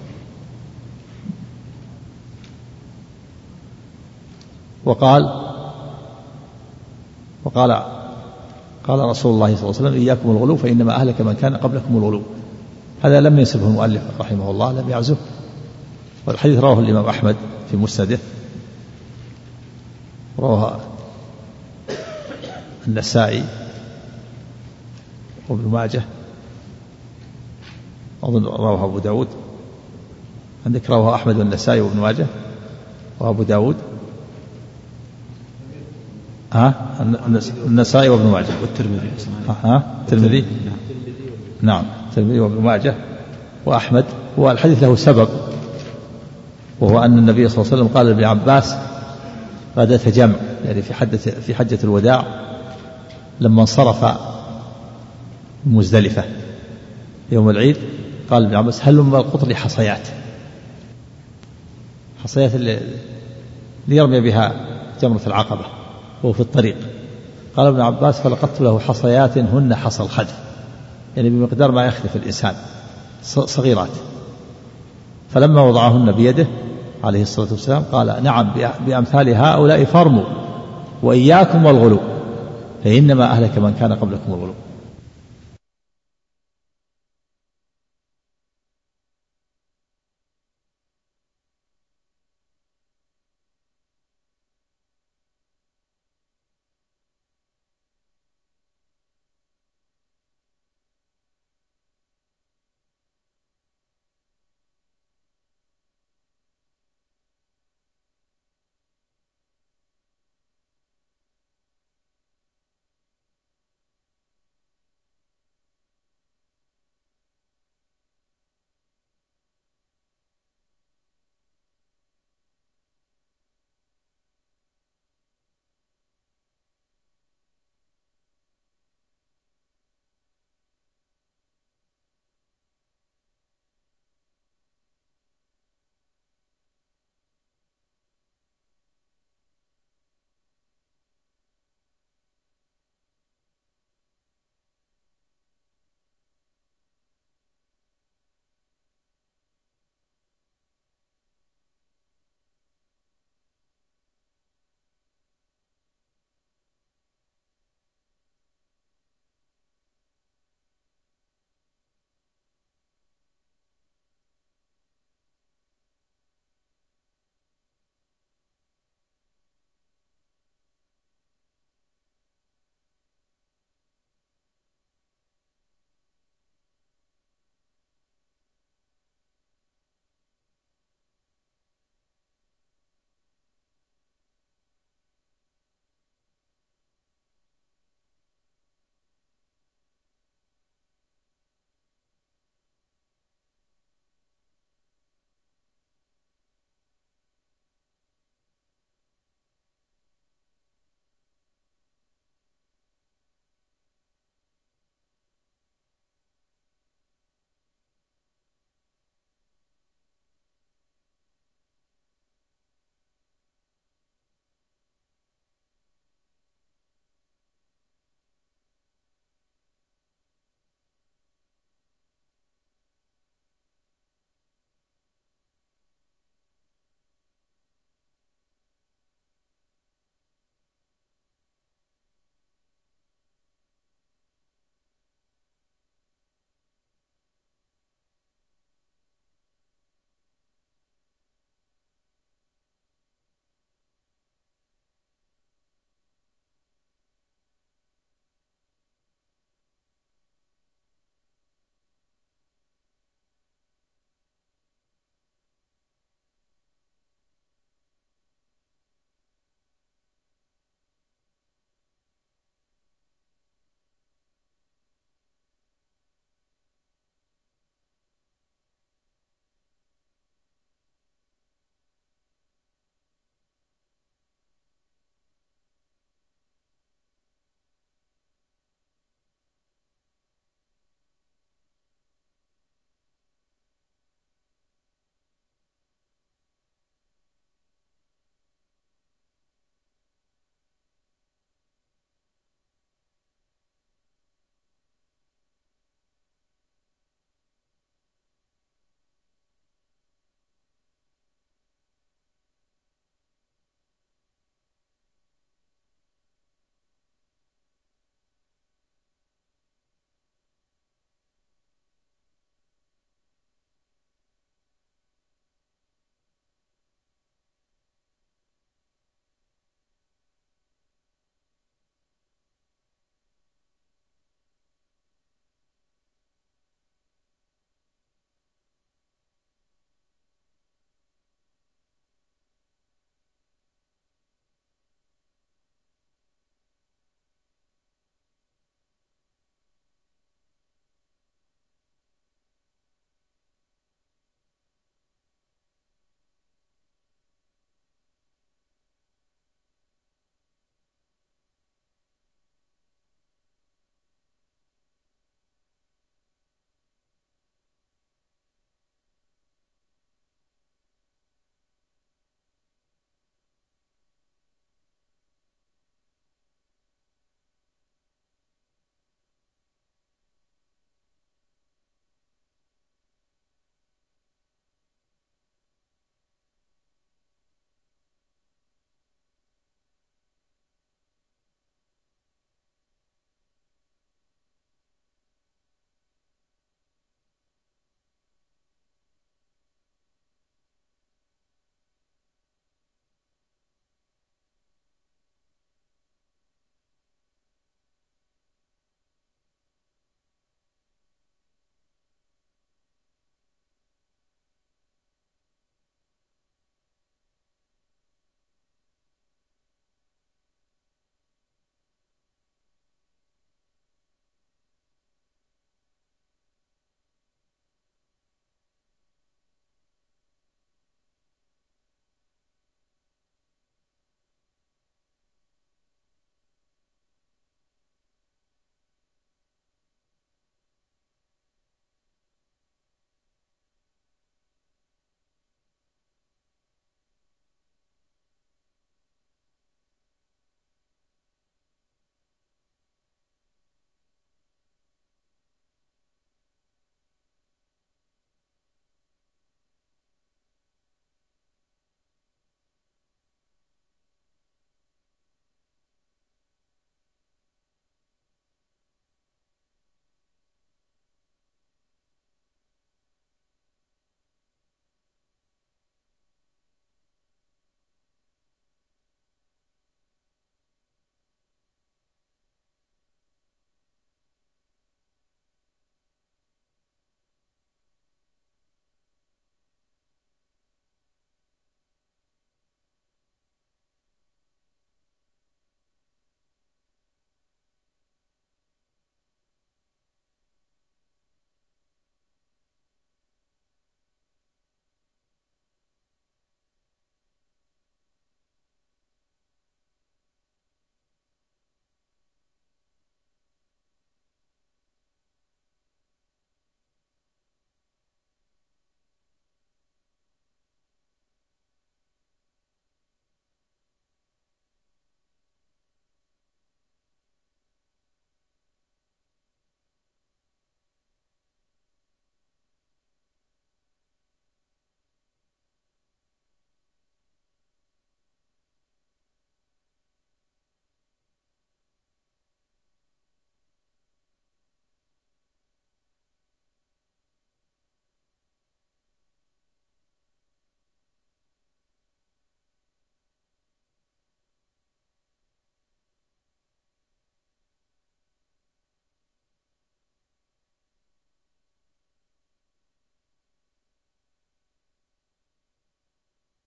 وقال وقال قال رسول الله صلى الله عليه وسلم إياكم الغلو فإنما أهلك من كان قبلكم الغلو. هذا لم ينسبه المؤلف رحمه الله، لم يعزه، والحديث رواه الإمام أحمد في مسنده، رواه النسائي وابن ماجه، أظن رواه أبو داود، عندك رواه أحمد والنسائي وابن ماجه وأبو داود، ها النسائي وابن ماجه والترمذي، ها الترمذي، نعم الترمذي وابن ماجه وأحمد. والحديث له سبب، وهو أن النبي صلى الله عليه وسلم قال لابن عباس غداة جمع، يعني في حجة في حجة الوداع لما انصرف مزدلفة يوم العيد، قال ابن عباس هل من القطر حصيات، حصيات اللي ليرمي بها جمرة العقبة وهو في الطريق. قال ابن عباس فلقدت له حصيات هن حصى الخدف، يعني بمقدار ما يخلف الإنسان، صغيرات. فلما وضعهن بيده عليه الصلاة والسلام قال نعم بأمثال هؤلاء فارموا وإياكم والغلو فإنما أهلك من كان قبلكم الغلو.